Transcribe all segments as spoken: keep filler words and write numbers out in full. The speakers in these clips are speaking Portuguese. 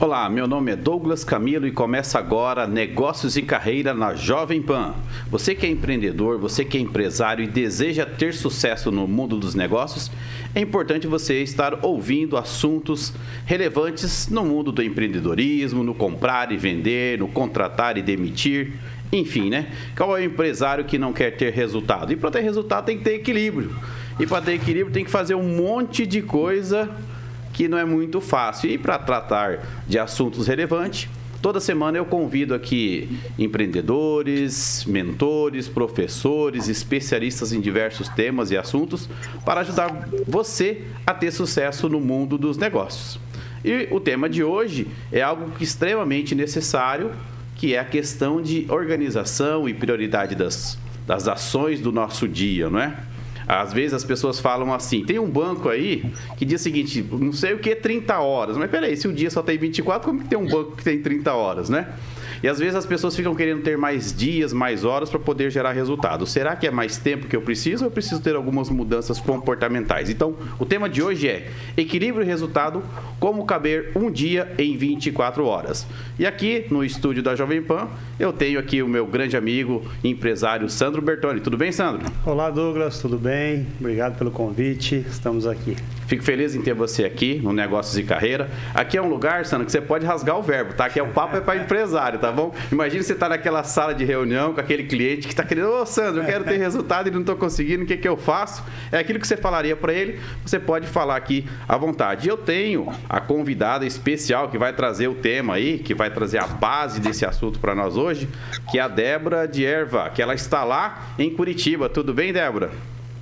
Olá, meu nome é Douglas Camilo e começa agora Negócios e Carreira na Jovem Pan. Você que é empreendedor, você que é empresário e deseja ter sucesso no mundo dos negócios, é importante você estar ouvindo assuntos relevantes no mundo do empreendedorismo, no comprar e vender, no contratar e demitir, enfim, né? Qual é o empresário que não quer ter resultado? E para ter resultado tem que ter equilíbrio. E para ter equilíbrio tem que fazer um monte de coisa que não é muito fácil. E para tratar de assuntos relevantes, toda semana eu convido aqui empreendedores, mentores, professores, especialistas em diversos temas e assuntos para ajudar você a ter sucesso no mundo dos negócios. E o tema de hoje é algo extremamente necessário, que é a questão de organização e prioridade das, das ações do nosso dia, não é? Às vezes as pessoas falam assim, tem um banco aí que diz o seguinte, não sei o que, trinta horas. Mas peraí, se o dia só tem vinte e quatro, como que tem um banco que tem trinta horas, né? E às vezes as pessoas ficam querendo ter mais dias, mais horas para poder gerar resultado. Será que é mais tempo que eu preciso ou eu preciso ter algumas mudanças comportamentais? Então, o tema de hoje é equilíbrio e resultado, como caber um dia em vinte e quatro horas. E aqui no estúdio da Jovem Pan, eu tenho aqui o meu grande amigo, empresário Sandro Bertoni. Tudo bem, Sandro? Olá, Douglas. Tudo bem? Obrigado pelo convite. Estamos aqui. Fico feliz em ter você aqui no Negócios e Carreira. Aqui é um lugar, Sandro, que você pode rasgar o verbo, tá? Aqui é o papo é para empresário, tá bom? Imagina você estar naquela sala de reunião com aquele cliente que está querendo, ô Sandro, eu quero ter resultado e não estou conseguindo, o que, que eu faço? É aquilo que você falaria para ele, você pode falar aqui à vontade. E eu tenho a convidada especial que vai trazer o tema aí, que vai trazer a base desse assunto para nós hoje, que é a Débora de Erva, que ela está lá em Curitiba. Tudo bem, Débora?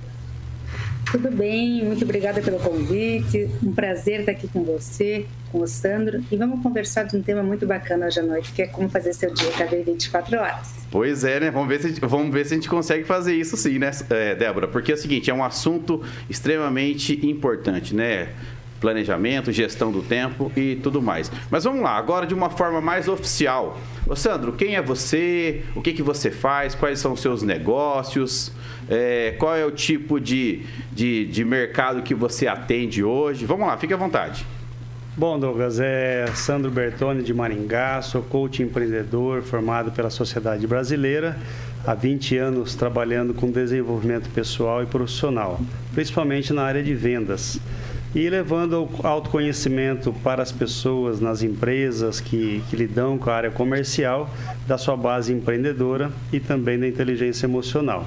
Tudo bem, muito obrigada pelo convite, um prazer estar aqui com você, com o Sandro, e vamos conversar de um tema muito bacana hoje à noite, que é como fazer seu dia caber vinte e quatro horas. Pois é, né? Vamos ver se, vamos ver se a gente consegue fazer isso sim, né, é, Débora? Porque é o seguinte, é um assunto extremamente importante, né? Planejamento, gestão do tempo e tudo mais. Mas vamos lá, agora de uma forma mais oficial. Ô Sandro, quem é você? O que, que você faz? Quais são os seus negócios? É, qual é o tipo de, de, de mercado que você atende hoje? Vamos lá, fique à vontade. Bom, Douglas, é Sandro Bertoni de Maringá, sou coach empreendedor formado pela Sociedade Brasileira, há vinte anos trabalhando com desenvolvimento pessoal e profissional, principalmente na área de vendas. E levando o autoconhecimento para as pessoas nas empresas que, que lidam com a área comercial, da sua base empreendedora e também da inteligência emocional.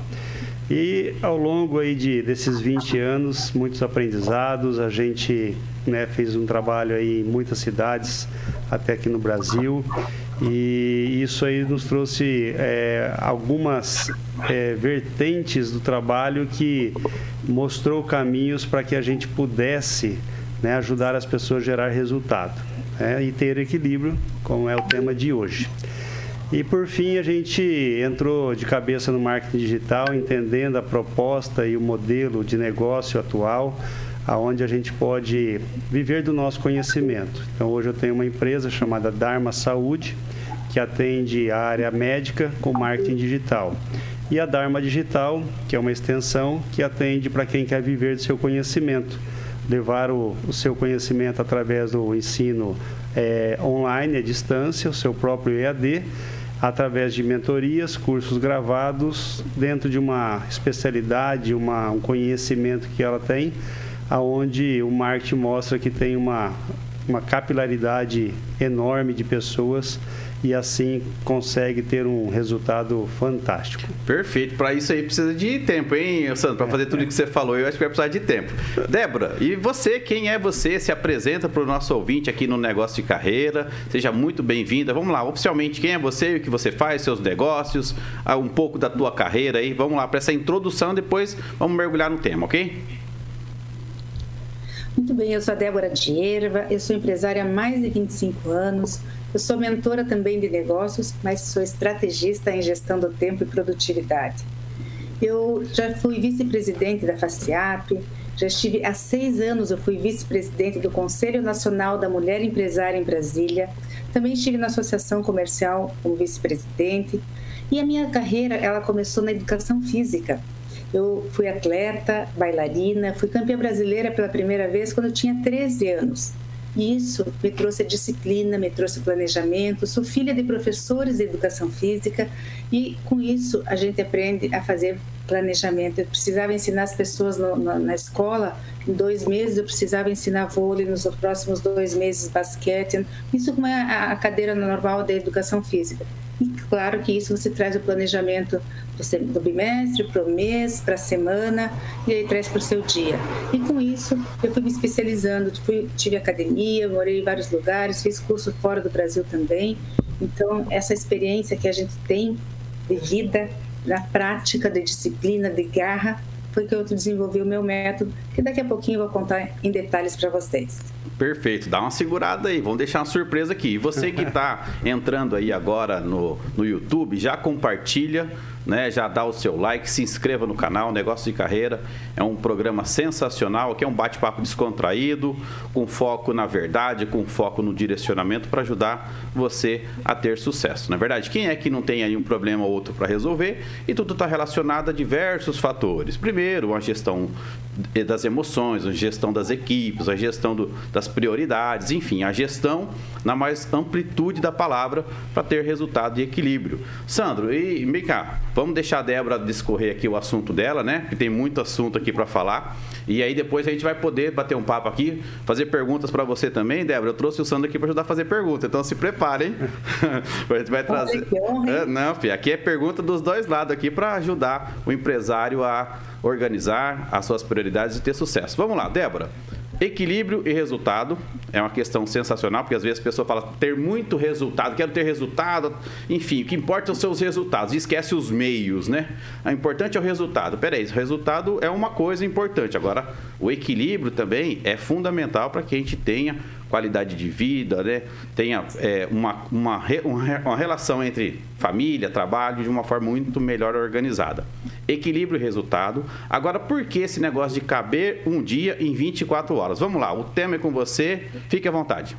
E ao longo aí de, desses vinte anos, muitos aprendizados, a gente né, fez um trabalho aí em muitas cidades, até aqui no Brasil, e isso aí nos trouxe é, algumas é, vertentes do trabalho que mostrou caminhos para que a gente pudesse né, ajudar as pessoas a gerar resultado né, e ter equilíbrio, como é o tema de hoje. E por fim a gente entrou de cabeça no marketing digital, entendendo a proposta e o modelo de negócio atual, aonde a gente pode viver do nosso conhecimento. Então hoje eu tenho uma empresa chamada Dharma Saúde, que atende a área médica com marketing digital. E a Dharma Digital, que é uma extensão que atende para quem quer viver do seu conhecimento, levar o, o seu conhecimento através do ensino é, online, à distância, o seu próprio E A D, através de mentorias, cursos gravados, dentro de uma especialidade, uma, um conhecimento que ela tem, aonde o marketing mostra que tem uma, uma capilaridade enorme de pessoas e assim consegue ter um resultado fantástico. Perfeito. Para isso aí precisa de tempo, hein, Sandro? Para fazer tudo o que você falou, eu acho que vai precisar de tempo. Débora, e você, quem é você? Se apresenta para o nosso ouvinte aqui no Negócio de Carreira. Seja muito bem-vinda. Vamos lá, oficialmente, quem é você, o que você faz, seus negócios, um pouco da tua carreira aí. Vamos lá, para essa introdução, depois vamos mergulhar no tema, ok? Muito bem, eu sou a Débora de Erva, eu sou empresária há mais de vinte e cinco anos, eu sou mentora também de negócios, mas sou estrategista em gestão do tempo e produtividade. Eu já fui vice-presidente da FACIAP, já estive há seis anos, eu fui vice-presidente do Conselho Nacional da Mulher Empresária em Brasília, também estive na Associação Comercial como vice-presidente, e a minha carreira ela começou na educação física. Eu fui atleta, bailarina, fui campeã brasileira pela primeira vez quando eu tinha treze anos. E isso me trouxe disciplina, me trouxe planejamento. Sou filha de professores de educação física e, com isso, a gente aprende a fazer planejamento. Eu precisava ensinar as pessoas no, no, na escola, em dois meses eu precisava ensinar vôlei, nos próximos dois meses basquete. Isso como é a, a cadeira normal da educação física. E claro que isso você traz o planejamento do, do bimestre, para o mês, para a semana, e aí traz para o seu dia. E com isso eu fui me especializando, fui, tive academia, morei em vários lugares, fiz curso fora do Brasil também. Então essa experiência que a gente tem de vida, na prática, de disciplina, de garra, foi que eu desenvolvi o meu método, que daqui a pouquinho eu vou contar em detalhes para vocês. Perfeito, dá uma segurada aí, vamos deixar uma surpresa aqui. E você que está entrando aí agora no, no YouTube, já compartilha, né? Já dá o seu like, se inscreva no canal Negócios de Carreira. É um programa sensacional, que é um bate-papo descontraído, com foco na verdade, com foco no direcionamento para ajudar você a ter sucesso. Na verdade, quem é que não tem aí um problema ou outro para resolver? E tudo está relacionado a diversos fatores. Primeiro, a gestão das emoções, a gestão das equipes, a gestão do, das prioridades, enfim, a gestão na mais amplitude da palavra para ter resultado e equilíbrio. Sandro, e vem cá, vamos deixar a Débora discorrer aqui o assunto dela, né? Que tem muito assunto aqui para falar. E aí depois a gente vai poder bater um papo aqui, fazer perguntas para você também, Débora. Eu trouxe o Sandro aqui para ajudar a fazer perguntas, então se preparem. A gente vai trazer. É, não, filho, aqui é pergunta dos dois lados aqui para ajudar o empresário a organizar as suas prioridades e ter sucesso. Vamos lá, Débora. Equilíbrio e resultado é uma questão sensacional, porque às vezes a pessoa fala ter muito resultado, quero ter resultado, enfim, o que importa são os seus resultados, e esquece os meios, né? O importante é o resultado. Peraí, o resultado é uma coisa importante, agora o equilíbrio também é fundamental para que a gente tenha qualidade de vida, né? Tenha é, uma, uma, uma relação entre família, trabalho de uma forma muito melhor organizada. Equilíbrio e resultado. Agora, por que esse negócio de caber um dia em vinte e quatro horas? Vamos lá, o tema é com você, fique à vontade.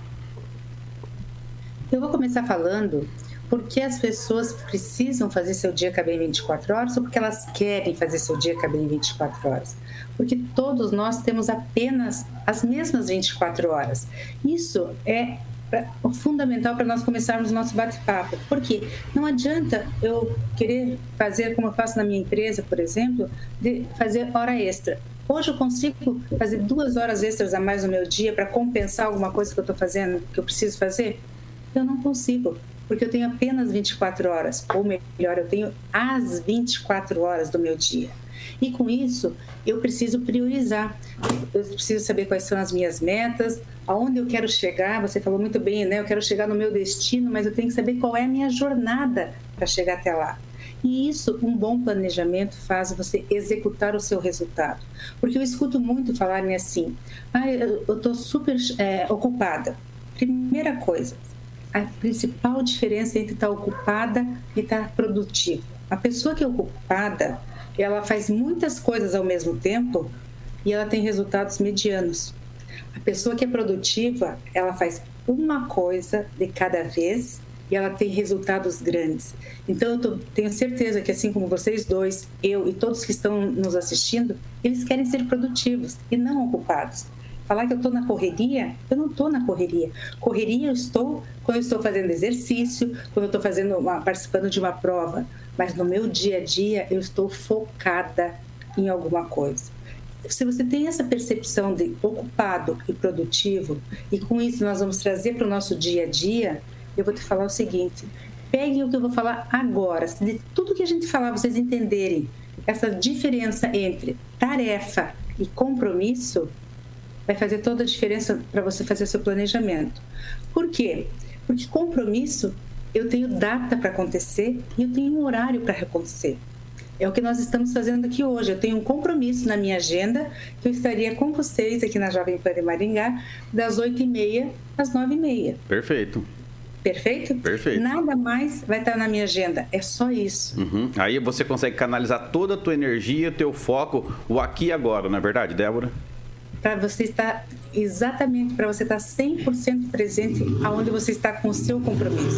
Eu vou começar falando porque as pessoas precisam fazer seu dia caber em vinte e quatro horas ou porque elas querem fazer seu dia caber em vinte e quatro horas. Porque todos nós temos apenas as mesmas vinte e quatro horas. Isso é fundamental para nós começarmos o nosso bate-papo. Porque não adianta eu querer fazer como eu faço na minha empresa, por exemplo, de fazer hora extra. Hoje eu consigo fazer duas horas extras a mais no meu dia para compensar alguma coisa que eu estou fazendo, que eu preciso fazer? Eu não consigo, porque eu tenho apenas vinte e quatro horas. Ou melhor, eu tenho as vinte e quatro horas do meu dia. E com isso, eu preciso priorizar. Eu preciso saber quais são as minhas metas, aonde eu quero chegar. Você falou muito bem, né? Eu quero chegar no meu destino, mas eu tenho que saber qual é a minha jornada para chegar até lá. E isso, um bom planejamento faz você executar o seu resultado. Porque eu escuto muito falarem assim, ah, eu estou super é, ocupada. Primeira coisa, a principal diferença entre estar ocupada e estar produtiva. A pessoa que é ocupada, ela faz muitas coisas ao mesmo tempo e ela tem resultados medianos. A pessoa que é produtiva, ela faz uma coisa de cada vez e ela tem resultados grandes. Então, eu tô, tenho certeza que, assim como vocês dois, eu e todos que estão nos assistindo, eles querem ser produtivos e não ocupados. Falar que eu estou na correria, eu não estou na correria. Correria eu estou quando eu estou fazendo exercício, quando eu estou fazendo uma, participando de uma prova. Mas no meu dia a dia, eu estou focada em alguma coisa. Se você tem essa percepção de ocupado e produtivo, e com isso nós vamos trazer para o nosso dia a dia, eu vou te falar o seguinte, peguem o que eu vou falar agora, se de tudo que a gente falar vocês entenderem essa diferença entre tarefa e compromisso, vai fazer toda a diferença para você fazer seu planejamento. Por quê? Porque compromisso, eu tenho data para acontecer e eu tenho um horário para acontecer. É o que nós estamos fazendo aqui hoje. Eu tenho um compromisso na minha agenda que eu estaria com vocês aqui na Jovem Pan de Maringá das oito e meia às nove e meia. Perfeito. Perfeito? Perfeito. Nada mais vai estar na minha agenda, é só isso. Uhum. Aí você consegue canalizar toda a tua energia, teu foco, o aqui e agora, não é verdade, Débora? Para você estar, exatamente, para você estar cem por cento presente aonde você está com o seu compromisso.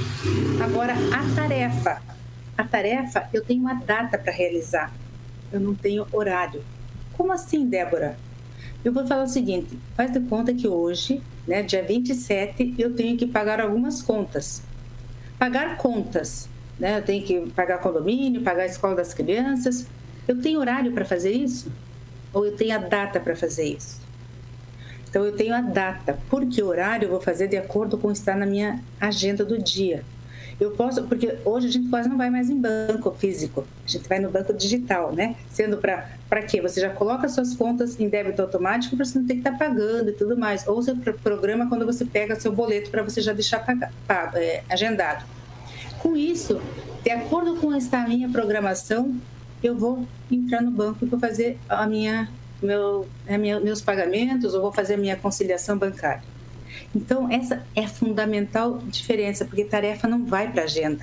Agora, a tarefa. A tarefa, eu tenho uma data para realizar. Eu não tenho horário. Como assim, Débora? Eu vou falar o seguinte, faz de conta que hoje né, dia vinte e sete, eu tenho que pagar algumas contas. Pagar contas, né? Eu tenho que pagar condomínio, pagar a escola das crianças. Eu tenho horário para fazer isso? Ou eu tenho a data para fazer isso? Então, eu tenho a data, porque o horário eu vou fazer de acordo com o que está na minha agenda do dia. Eu posso, porque hoje a gente quase não vai mais em banco físico, a gente vai no banco digital, né? Sendo para para quê? Você já coloca suas contas em débito automático para você não ter que estar pagando e tudo mais. Ou você programa quando você pega seu boleto para você já deixar pagar, pago, é, agendado. Com isso, de acordo com esta minha programação, eu vou entrar no banco e vou fazer a minha, meu, a minha, meus pagamentos, ou vou fazer a minha conciliação bancária. Então, essa é a fundamental diferença, porque tarefa não vai para a agenda.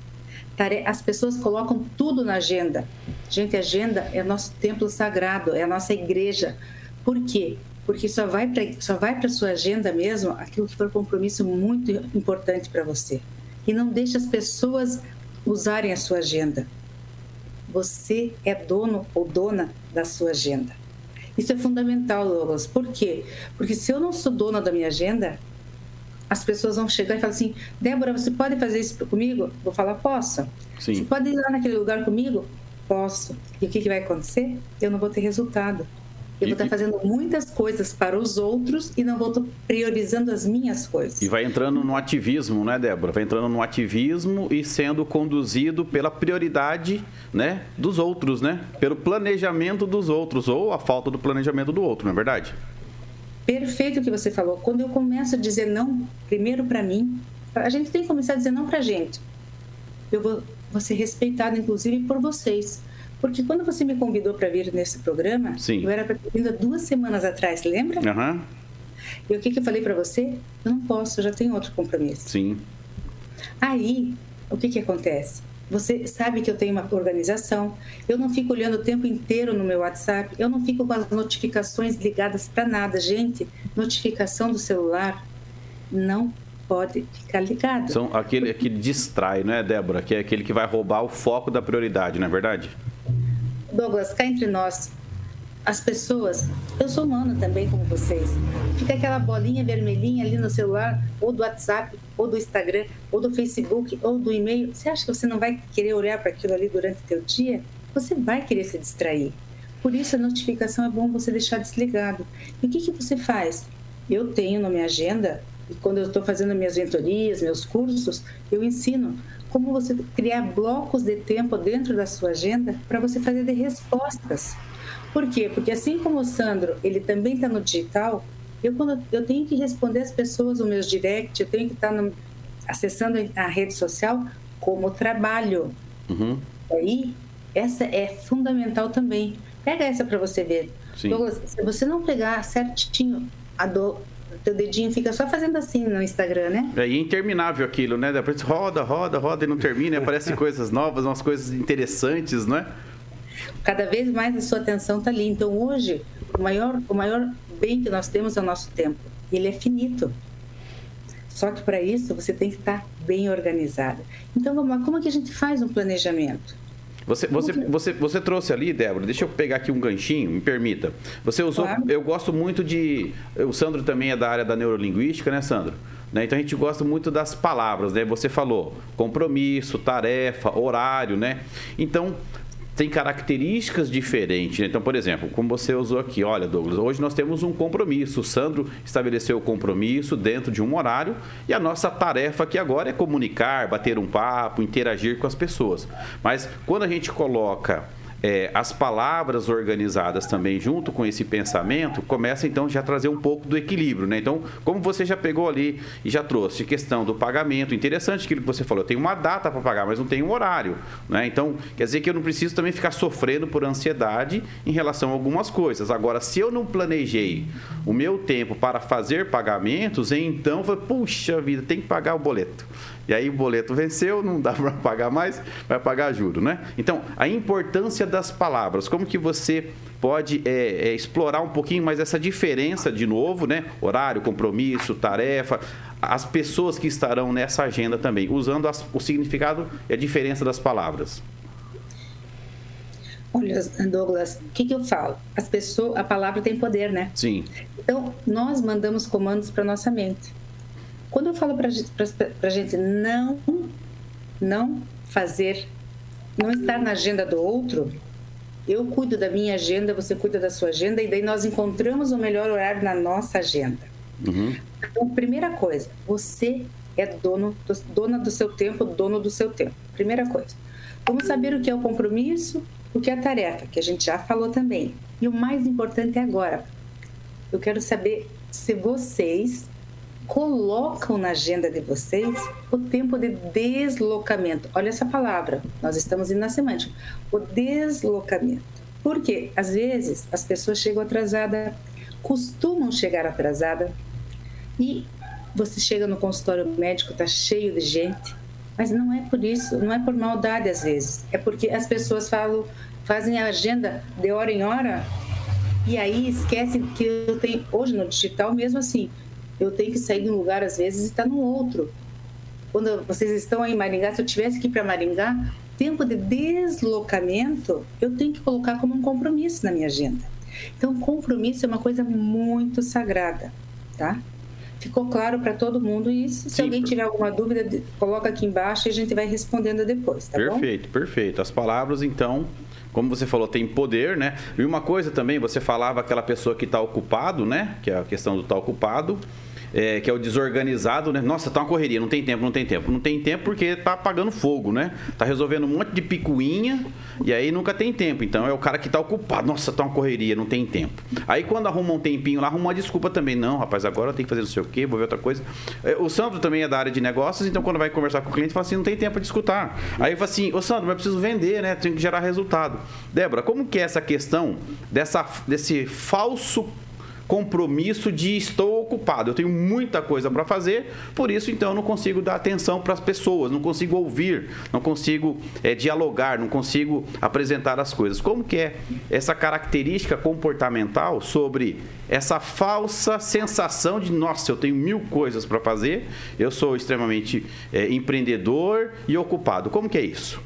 As pessoas colocam tudo na agenda. Gente, a agenda é nosso templo sagrado, é a nossa igreja. Por quê? Porque só vai para só vai para a sua agenda mesmo aquilo que for um compromisso muito importante para você. E não deixe as pessoas usarem a sua agenda. Você é dono ou dona da sua agenda. Isso é fundamental, Douglas. Por quê? Porque se eu não sou dona da minha agenda, as pessoas vão chegar e falar assim: Débora, você pode fazer isso comigo? Vou falar: posso. Sim. Você pode ir lá naquele lugar comigo? Posso. E o que, que vai acontecer? Eu não vou ter resultado. Eu vou estar fazendo muitas coisas para os outros e não vou estar priorizando as minhas coisas. E vai entrando no ativismo, né, Débora? Vai entrando no ativismo e sendo conduzido pela prioridade, né, dos outros, né? Pelo planejamento dos outros, ou a falta do planejamento do outro, não é verdade? Perfeito o que você falou. Quando eu começo a dizer não, primeiro para mim, a gente tem que começar a dizer não para a gente. Eu vou, vou ser respeitada, inclusive, por vocês. Porque quando você me convidou para vir nesse programa, Sim. eu era para ter vindo há duas semanas atrás, lembra? Uhum. E o que, que eu falei para você? Eu não posso, eu já tenho outro compromisso. Sim. Aí, o que, que acontece? Você sabe que eu tenho uma organização, eu não fico olhando o tempo inteiro no meu WhatsApp, eu não fico com as notificações ligadas para nada. Gente, notificação do celular não pode ficar ligado. São aquele que distrai, não é, Débora? Que é aquele que vai roubar o foco da prioridade, não é verdade? Douglas, cá entre nós, as pessoas, eu sou humana também como vocês, fica aquela bolinha vermelhinha ali no celular, ou do WhatsApp, ou do Instagram, ou do Facebook, ou do e-mail. Você acha que você não vai querer olhar para aquilo ali durante o teu dia? Você vai querer se distrair. Por isso a notificação é bom você deixar desligado. E o que, que você faz? Eu tenho na minha agenda, e quando eu estou fazendo minhas mentorias, meus cursos, eu ensino como você criar blocos de tempo dentro da sua agenda para você fazer de respostas. Por quê? Porque assim como o Sandro, ele também está no digital, eu, quando, eu tenho que responder as pessoas, os meus direct, eu tenho que estar no, acessando a rede social como trabalho. Uhum. Aí, essa é fundamental também. Pega essa para você ver. Sim. Douglas, se você não pegar certinho a do... o teu dedinho fica só fazendo assim no Instagram, né? É interminável aquilo, né? Depois roda, roda, roda e não termina, aparecem coisas novas, umas coisas interessantes, não é? Cada vez mais a sua atenção está ali. Então, hoje, o maior, o maior bem que nós temos é o nosso tempo. Ele é finito. Só que, para isso, você tem que estar bem organizado. Então, vamos lá. Como é que a gente faz um planejamento? Você, você, você, você trouxe ali, Débora, deixa eu pegar aqui um ganchinho, me permita. Você usou, claro. Eu gosto muito de... O Sandro também é da área da neurolinguística, né, Sandro? Né? Então, a gente gosta muito das palavras, né? Você falou compromisso, tarefa, horário, né? Então... tem características diferentes, né? Então, por exemplo, como você usou aqui, olha, Douglas, hoje nós temos um compromisso. O Sandro estabeleceu o compromisso dentro de um horário e a nossa tarefa aqui agora é comunicar, bater um papo, interagir com as pessoas. Mas quando a gente coloca é, as palavras organizadas também junto com esse pensamento, começa então já a trazer um pouco do equilíbrio, né? Então, como você já pegou ali e já trouxe questão do pagamento, interessante aquilo que você falou, tem uma data para pagar, mas não tem um horário, né? Então, quer dizer que eu não preciso também ficar sofrendo por ansiedade em relação a algumas coisas. Agora, se eu não planejei o meu tempo para fazer pagamentos, então, eu falei, puxa vida, tem que pagar o boleto. E aí o boleto venceu, não dá para pagar mais, vai pagar juro, né? Então, a importância das palavras, como que você pode é, é, explorar um pouquinho mais essa diferença de novo, né? Horário, compromisso, tarefa, as pessoas que estarão nessa agenda também, usando as, o significado e a diferença das palavras. Olha, Douglas, o que, que eu falo? As pessoas, a palavra tem poder, né? Sim. Então, nós mandamos comandos para nossa mente. Quando eu falo para a gente não, não fazer, não estar na agenda do outro, eu cuido da minha agenda, você cuida da sua agenda, e daí nós encontramos o melhor horário na nossa agenda. Uhum. Então, primeira coisa, você é dono do, dona do seu tempo, dono do seu tempo. Primeira coisa. Vamos saber o que é o compromisso, o que é a tarefa, que a gente já falou também. E o mais importante é agora. Eu quero saber se vocês colocam na agenda de vocês o tempo de deslocamento. Olha essa palavra, nós estamos indo na semântica. O deslocamento. Porque, às vezes, as pessoas chegam atrasadas, costumam chegar atrasadas, e você chega no consultório médico, está cheio de gente, mas não é por isso, não é por maldade às vezes, é porque as pessoas falam, fazem a agenda de hora em hora, e aí esquecem que eu tenho, hoje no digital mesmo assim, eu tenho que sair de um lugar às vezes e estar no outro. Quando vocês estão aí em Maringá, se eu tivesse que ir para Maringá, tempo de deslocamento, eu tenho que colocar como um compromisso na minha agenda. Então, compromisso é uma coisa muito sagrada, tá? Ficou claro para todo mundo isso? Se Sim. alguém tiver alguma dúvida, coloca aqui embaixo e a gente vai respondendo depois, tá perfeito, bom? Perfeito, perfeito. As palavras, então, como você falou, tem poder, né? E uma coisa também, você falava aquela pessoa que está ocupado, né? Que é a questão do estar tá ocupado. É, que é o desorganizado, né? Nossa, tá uma correria, não tem tempo, não tem tempo. Não tem tempo porque tá apagando fogo, né? Tá resolvendo um monte de picuinha e aí nunca tem tempo. Então é o cara que tá ocupado. Nossa, tá uma correria, não tem tempo. Aí quando arruma um tempinho lá, arruma uma desculpa também. Não, rapaz, agora eu tenho que fazer não sei o quê, vou ver outra coisa. É, o Sandro também é da área de negócios, então quando vai conversar com o cliente, fala assim, não tem tempo de escutar. Aí fala assim, ô Sandro, mas eu preciso vender, né? Tenho que gerar resultado. Débora, como que é essa questão dessa, desse falso compromisso de estou ocupado, eu tenho muita coisa para fazer, por isso então eu não consigo dar atenção para as pessoas, não consigo ouvir, não consigo é, dialogar, não consigo apresentar as coisas. Como que é essa característica comportamental sobre essa falsa sensação de, nossa, eu tenho mil coisas para fazer, eu sou extremamente é, empreendedor e ocupado. Como que é isso?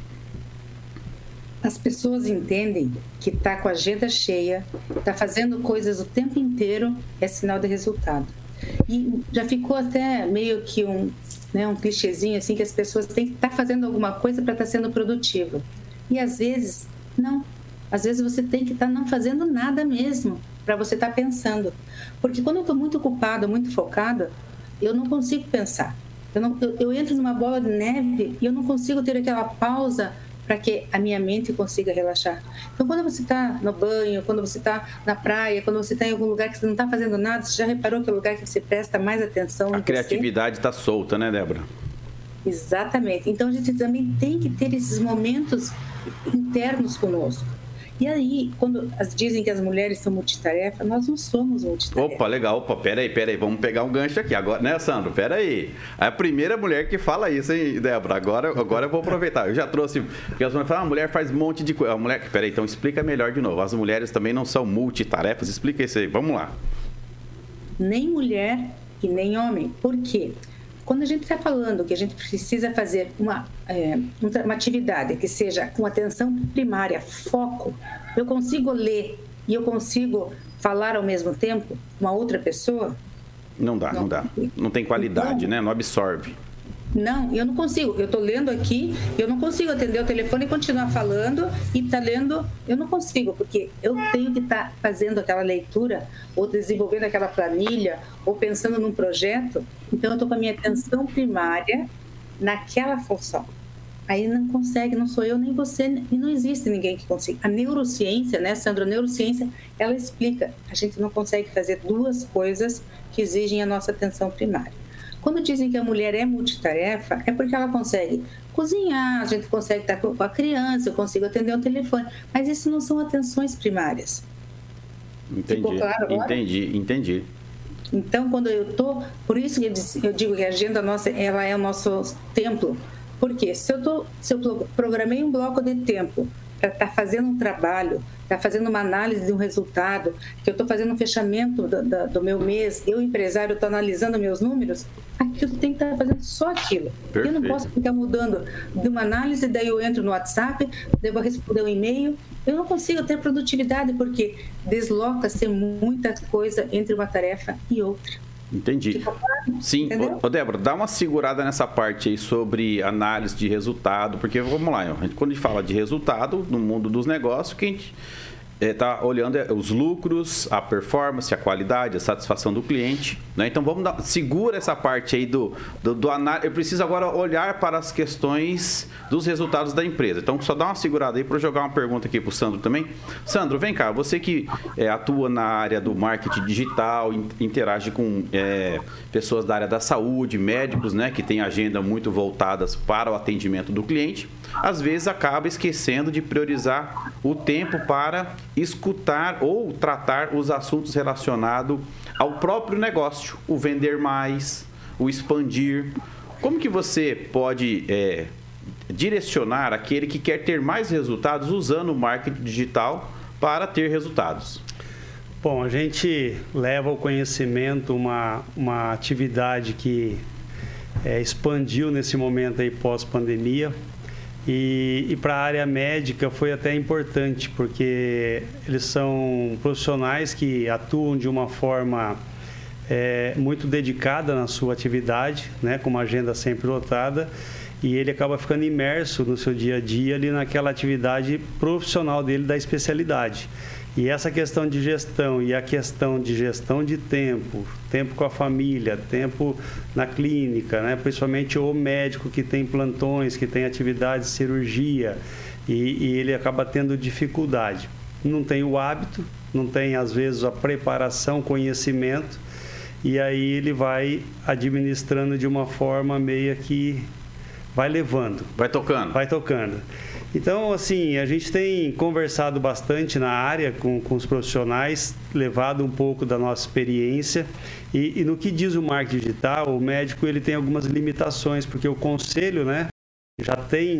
As pessoas entendem que está com a agenda cheia, está fazendo coisas o tempo inteiro, é sinal de resultado. E já ficou até meio que um, né, um clichêzinho, assim, que as pessoas têm que estar tá fazendo alguma coisa para estar tá sendo produtiva. E às vezes, não. Às vezes você tem que estar tá não fazendo nada mesmo, para você estar tá pensando. Porque quando eu estou muito ocupada, muito focada, eu não consigo pensar. Eu, não, eu, eu entro numa bola de neve e eu não consigo ter aquela pausa para que a minha mente consiga relaxar. Então, quando você está no banho, quando você está na praia, quando você está em algum lugar que você não está fazendo nada, você já reparou que é o lugar que você presta mais atenção? A criatividade está solta, né, Débora? Exatamente. Então, a gente também tem que ter esses momentos internos conosco. E aí, quando dizem que as mulheres são multitarefa, nós não somos multitarefa. Opa, legal. Opa, peraí, peraí. Vamos pegar um gancho aqui agora, né, Sandro? Peraí. É a primeira mulher que fala isso, hein, Débora? Agora, agora eu vou aproveitar. Eu já trouxe... Porque as mulheres falam, ah, a mulher faz um monte de coisa. A mulher... Peraí, então explica melhor de novo. As mulheres também não são multitarefas. Explica isso aí. Vamos lá. Nem mulher e nem homem. Por quê? Quando a gente está falando que a gente precisa fazer uma, é, uma atividade que seja com atenção primária, foco, eu consigo ler e eu consigo falar ao mesmo tempo com uma outra pessoa? Não dá, não, não dá. Não tem qualidade, então, né? Não absorve. Não, eu não consigo. Eu estou lendo aqui, eu não consigo atender o telefone e continuar falando e estar tá lendo. Eu não consigo, porque eu tenho que estar tá fazendo aquela leitura ou desenvolvendo aquela planilha ou pensando num projeto. Então, eu estou com a minha atenção primária naquela função. Aí não consegue, não sou eu nem você, e não existe ninguém que consiga. A neurociência, né, Sandra? A neurociência, ela explica. A gente não consegue fazer duas coisas que exigem a nossa atenção primária. Quando dizem que a mulher é multitarefa, é porque ela consegue cozinhar, a gente consegue estar com a criança, eu consigo atender o telefone, mas isso não são atenções primárias. Entendi, ficou claro agora? Entendi, entendi. Então, quando eu estou... Por isso que eu digo que a agenda nossa, ela é o nosso templo. Por quê? Se eu, tô, se eu programei um bloco de tempo está fazendo um trabalho, está fazendo uma análise de um resultado, que eu estou fazendo um fechamento do, do, do meu mês, eu, empresário, estou analisando meus números, aquilo tem que estar fazendo só aquilo. Perfeito. Eu não posso ficar mudando de uma análise, daí eu entro no WhatsApp, daí eu vou responder um e-mail, eu não consigo ter produtividade, porque desloca-se muita coisa entre uma tarefa e outra. Entendi. Sim, ô, Débora, dá uma segurada nessa parte aí sobre análise de resultado, porque vamos lá, a gente, quando a gente fala de resultado no mundo dos negócios, que a gente está é, olhando é, os lucros, a performance, a qualidade, a satisfação do cliente, né? Então vamos dar, segura essa parte aí do, do, do análise. Eu preciso agora olhar para as questões dos resultados da empresa. Então só dá uma segurada aí para eu jogar uma pergunta aqui para o Sandro também. Sandro, vem cá, você que é, atua na área do marketing digital, interage com é, pessoas da área da saúde, médicos, né, que têm agenda muito voltadas para o atendimento do cliente, às vezes acaba esquecendo de priorizar o tempo para escutar ou tratar os assuntos relacionados ao próprio negócio, o vender mais, o expandir. Como que você pode é, direcionar aquele que quer ter mais resultados usando o marketing digital para ter resultados? Bom, a gente leva ao conhecimento uma, uma atividade que é, expandiu nesse momento aí pós-pandemia. E, e para a área médica foi até importante, porque eles são profissionais que atuam de uma forma é, muito dedicada na sua atividade, né, com uma agenda sempre lotada, e ele acaba ficando imerso no seu dia a dia ali naquela atividade profissional dele da especialidade. E essa questão de gestão e a questão de gestão de tempo, tempo com a família, tempo na clínica, né? Principalmente o médico que tem plantões, que tem atividade de cirurgia, e, e ele acaba tendo dificuldade. Não tem o hábito, não tem às vezes a preparação, conhecimento, e aí ele vai administrando de uma forma meio que vai levando. Vai tocando. Vai tocando. Então, assim, a gente tem conversado bastante na área com, com os profissionais, levado um pouco da nossa experiência. E, e no que diz o marketing digital, o médico ele tem algumas limitações, porque o conselho, né, já tem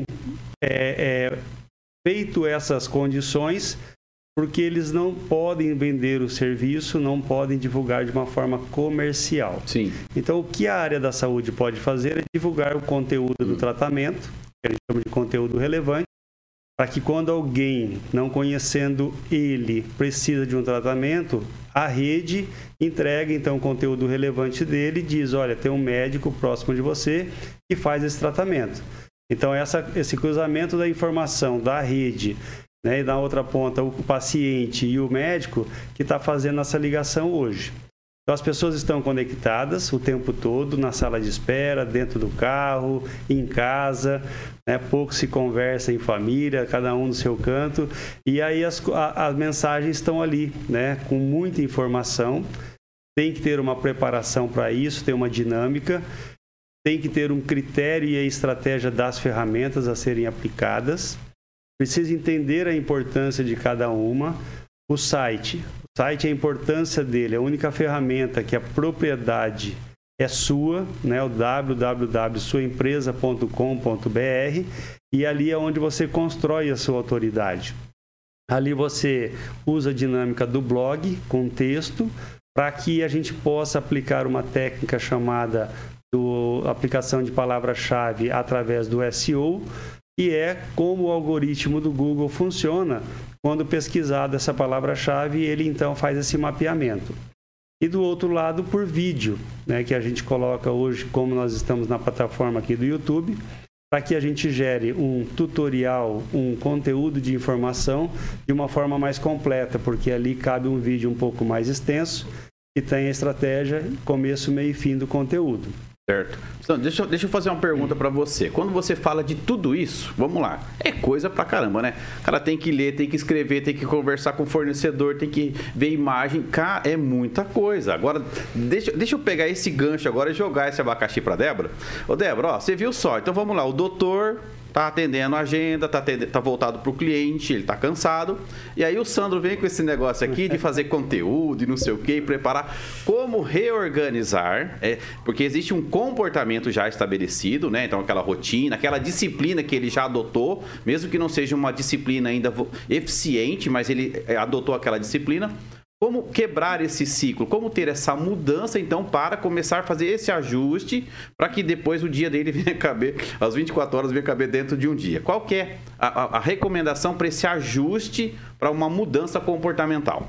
é, é, feito essas condições, porque eles não podem vender o serviço, não podem divulgar de uma forma comercial. Sim. Então, o que a área da saúde pode fazer é divulgar o conteúdo do tratamento, que a gente chama de conteúdo relevante, para que quando alguém, não conhecendo ele, precisa de um tratamento, a rede entrega então o conteúdo relevante dele e diz, olha, tem um médico próximo de você que faz esse tratamento. Então, essa, esse cruzamento da informação da rede, né, e na outra ponta o paciente e o médico que está fazendo essa ligação hoje. Então, as pessoas estão conectadas o tempo todo, na sala de espera, dentro do carro, em casa, né? Pouco se conversa em família, cada um no seu canto, e aí as, a, as mensagens estão ali, né? Com muita informação, tem que ter uma preparação para isso, tem uma dinâmica, tem que ter um critério e a estratégia das ferramentas a serem aplicadas, precisa entender a importância de cada uma. O site, o site, a importância dele, a única ferramenta que a propriedade é sua, né? O w w w ponto sua empresa ponto com ponto b r, e ali é onde você constrói a sua autoridade. Ali você usa a dinâmica do blog com texto para que a gente possa aplicar uma técnica chamada do aplicação de palavra-chave através do S E O, que é como o algoritmo do Google funciona quando pesquisado essa palavra-chave, ele então faz esse mapeamento. E do outro lado, por vídeo, né, que a gente coloca hoje, como nós estamos na plataforma aqui do YouTube, para que a gente gere um tutorial, um conteúdo de informação de uma forma mais completa, porque ali cabe um vídeo um pouco mais extenso, que tem a estratégia, começo, meio e fim do conteúdo. Certo. Então, deixa, eu, deixa eu fazer uma pergunta para você. Quando você fala de tudo isso, vamos lá, é coisa pra caramba, né? O cara tem que ler, tem que escrever, tem que conversar com o fornecedor, tem que ver imagem. Cara, é muita coisa. Agora, deixa, deixa eu pegar esse gancho agora e jogar esse abacaxi pra Débora. Ô, Débora, ó, você viu só. Então, vamos lá. O doutor tá atendendo a agenda, tá, atendendo, tá voltado para o cliente, ele tá cansado. E aí o Sandro vem com esse negócio aqui de fazer conteúdo e não sei o que, preparar como reorganizar, é, porque existe um comportamento já estabelecido, né? Então aquela rotina, aquela disciplina que ele já adotou, mesmo que não seja uma disciplina ainda eficiente, mas ele adotou aquela disciplina. Como quebrar esse ciclo? Como ter essa mudança, então, para começar a fazer esse ajuste para que depois o dia dele venha caber, as vinte e quatro horas venha caber dentro de um dia? Qual que é a, a, a recomendação para esse ajuste, para uma mudança comportamental?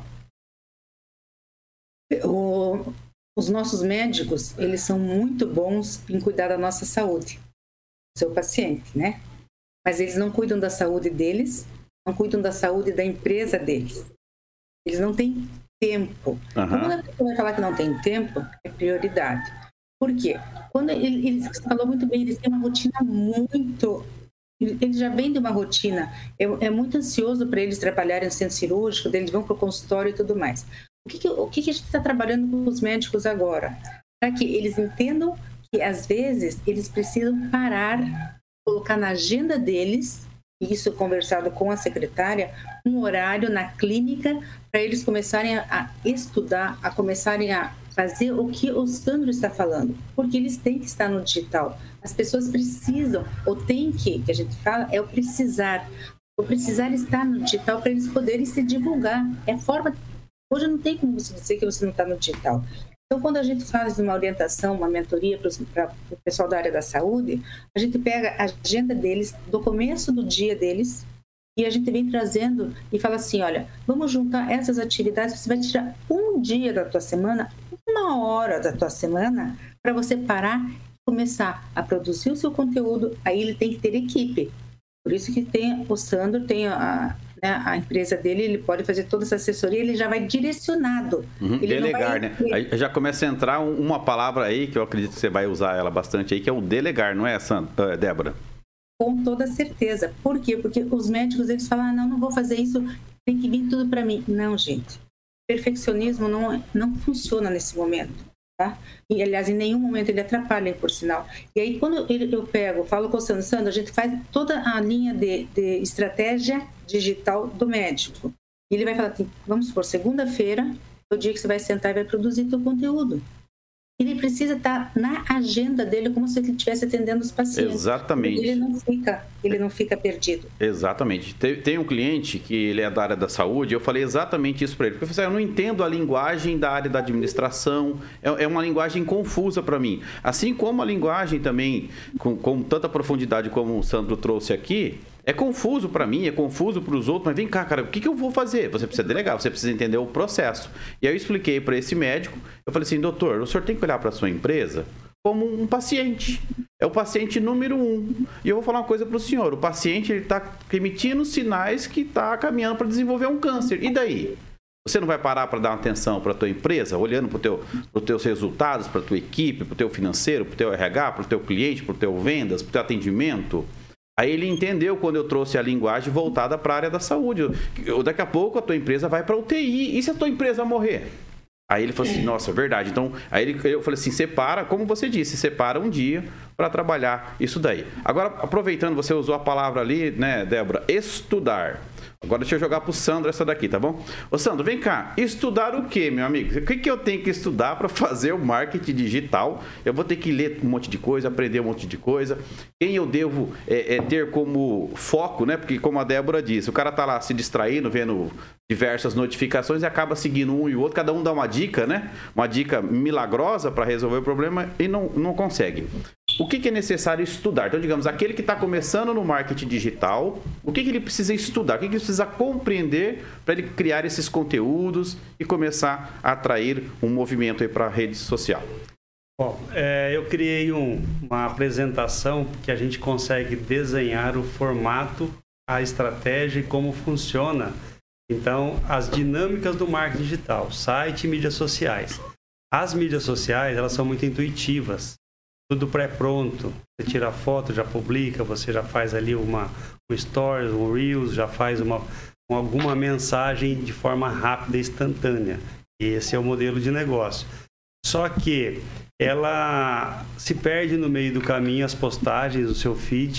O, os nossos médicos, eles são muito bons em cuidar da nossa saúde, do seu paciente, né? Mas eles não cuidam da saúde deles, não cuidam da saúde da empresa deles. Eles não têm tempo. Uhum. Quando a pessoa vai falar que não tem tempo, é prioridade. Por quê? Quando ele, ele você falou muito bem, eles têm uma rotina muito... Eles já vêm de uma rotina. É, é muito ansioso para eles trabalharem no centro cirúrgico, eles vão para o consultório e tudo mais. O que, que, o que, que a gente está trabalhando com os médicos agora? Para que eles entendam que, às vezes, eles precisam parar, colocar na agenda deles, isso conversado com a secretária, um horário na clínica para eles começarem a estudar, a começarem a fazer o que o Sandro está falando, porque eles têm que estar no digital. As pessoas precisam, ou tem que, que a gente fala, é o precisar. O precisar estar no digital para eles poderem se divulgar. É forma... Hoje não tem como você dizer que você não está no digital. Então, quando a gente faz uma orientação, uma mentoria para o pessoal da área da saúde, a gente pega a agenda deles, do começo do dia deles, e a gente vem trazendo e fala assim, olha, vamos juntar essas atividades, você vai tirar um dia da tua semana, uma hora da tua semana, para você parar e começar a produzir o seu conteúdo. Aí ele tem que ter equipe. Por isso que tem, o Sandro tem a... a empresa dele, ele pode fazer toda essa assessoria, ele já vai direcionado. Uhum, ele delegar, vai... né? Aí já começa a entrar uma palavra aí, que eu acredito que você vai usar ela bastante aí, que é o delegar, não é, Sandra, Débora? Com toda certeza. Por quê? Porque os médicos, eles falam, ah, não, não vou fazer isso, tem que vir tudo para mim. Não, gente. Perfeccionismo não, não funciona nesse momento. Tá? E, aliás, em nenhum momento ele atrapalha, por sinal. E aí, quando ele, eu pego, falo com o Sandro, Sandro, a gente faz toda a linha de, de estratégia digital do médico. E ele vai falar assim, vamos supor, segunda-feira é o dia que você vai sentar e vai produzir seu conteúdo. Ele precisa estar na agenda dele como se ele estivesse atendendo os pacientes. Exatamente. Ele não fica, ele não fica perdido. Exatamente. Tem, tem um cliente que ele é da área da saúde, eu falei exatamente isso para ele. Porque eu falei, eu não entendo a linguagem da área da administração, é, é uma linguagem confusa para mim. Assim como a linguagem também, com, com tanta profundidade como o Sandro trouxe aqui, é confuso para mim, é confuso para os outros, mas vem cá, cara, o que, que eu vou fazer? Você precisa delegar, você precisa entender o processo. E aí eu expliquei para esse médico, eu falei assim, doutor, o senhor tem que olhar para a sua empresa como um paciente. É o paciente número um. E eu vou falar uma coisa para o senhor, o paciente está emitindo sinais que está caminhando para desenvolver um câncer. E daí? Você não vai parar para dar uma atenção para a tua empresa, olhando para teu, os teus resultados, para a tua equipe, para o teu financeiro, para o teu R H, para o teu cliente, para o teu vendas, para o teu atendimento? Aí ele entendeu quando eu trouxe a linguagem voltada para a área da saúde. Eu, daqui a pouco a tua empresa vai para U T I. E se a tua empresa morrer? Aí ele falou assim, nossa, é verdade. Então, aí ele, eu falei assim, separa, como você disse, separa um dia para trabalhar isso daí. Agora, aproveitando, você usou a palavra ali, né, Débora, estudar. Agora deixa eu jogar pro Sandro essa daqui, tá bom? Ô Sandro, vem cá, estudar o quê, meu amigo? O que, que eu tenho que estudar para fazer o marketing digital? Eu vou ter que ler um monte de coisa, aprender um monte de coisa. Quem eu devo é, é, ter como foco, né? Porque como a Débora disse, o cara tá lá se distraindo, vendo diversas notificações e acaba seguindo um e o outro, cada um dá uma dica, né? Uma dica milagrosa para resolver o problema e não, não consegue. O que, que é necessário estudar? Então, digamos, aquele que está começando no marketing digital, o que, que ele precisa estudar? O que, que ele precisa compreender para ele criar esses conteúdos e começar a atrair um movimento aí para a rede social? Bom, é, eu criei um, uma apresentação que a gente consegue desenhar o formato, a estratégia e como funciona. Então, as dinâmicas do marketing digital, site e mídias sociais. As mídias sociais, elas são muito intuitivas. Tudo pré-pronto, você tira a foto, já publica, você já faz ali uma, um stories, um reels, já faz uma, alguma mensagem de forma rápida e instantânea. E esse é o modelo de negócio. Só que ela se perde no meio do caminho, as postagens, o seu feed,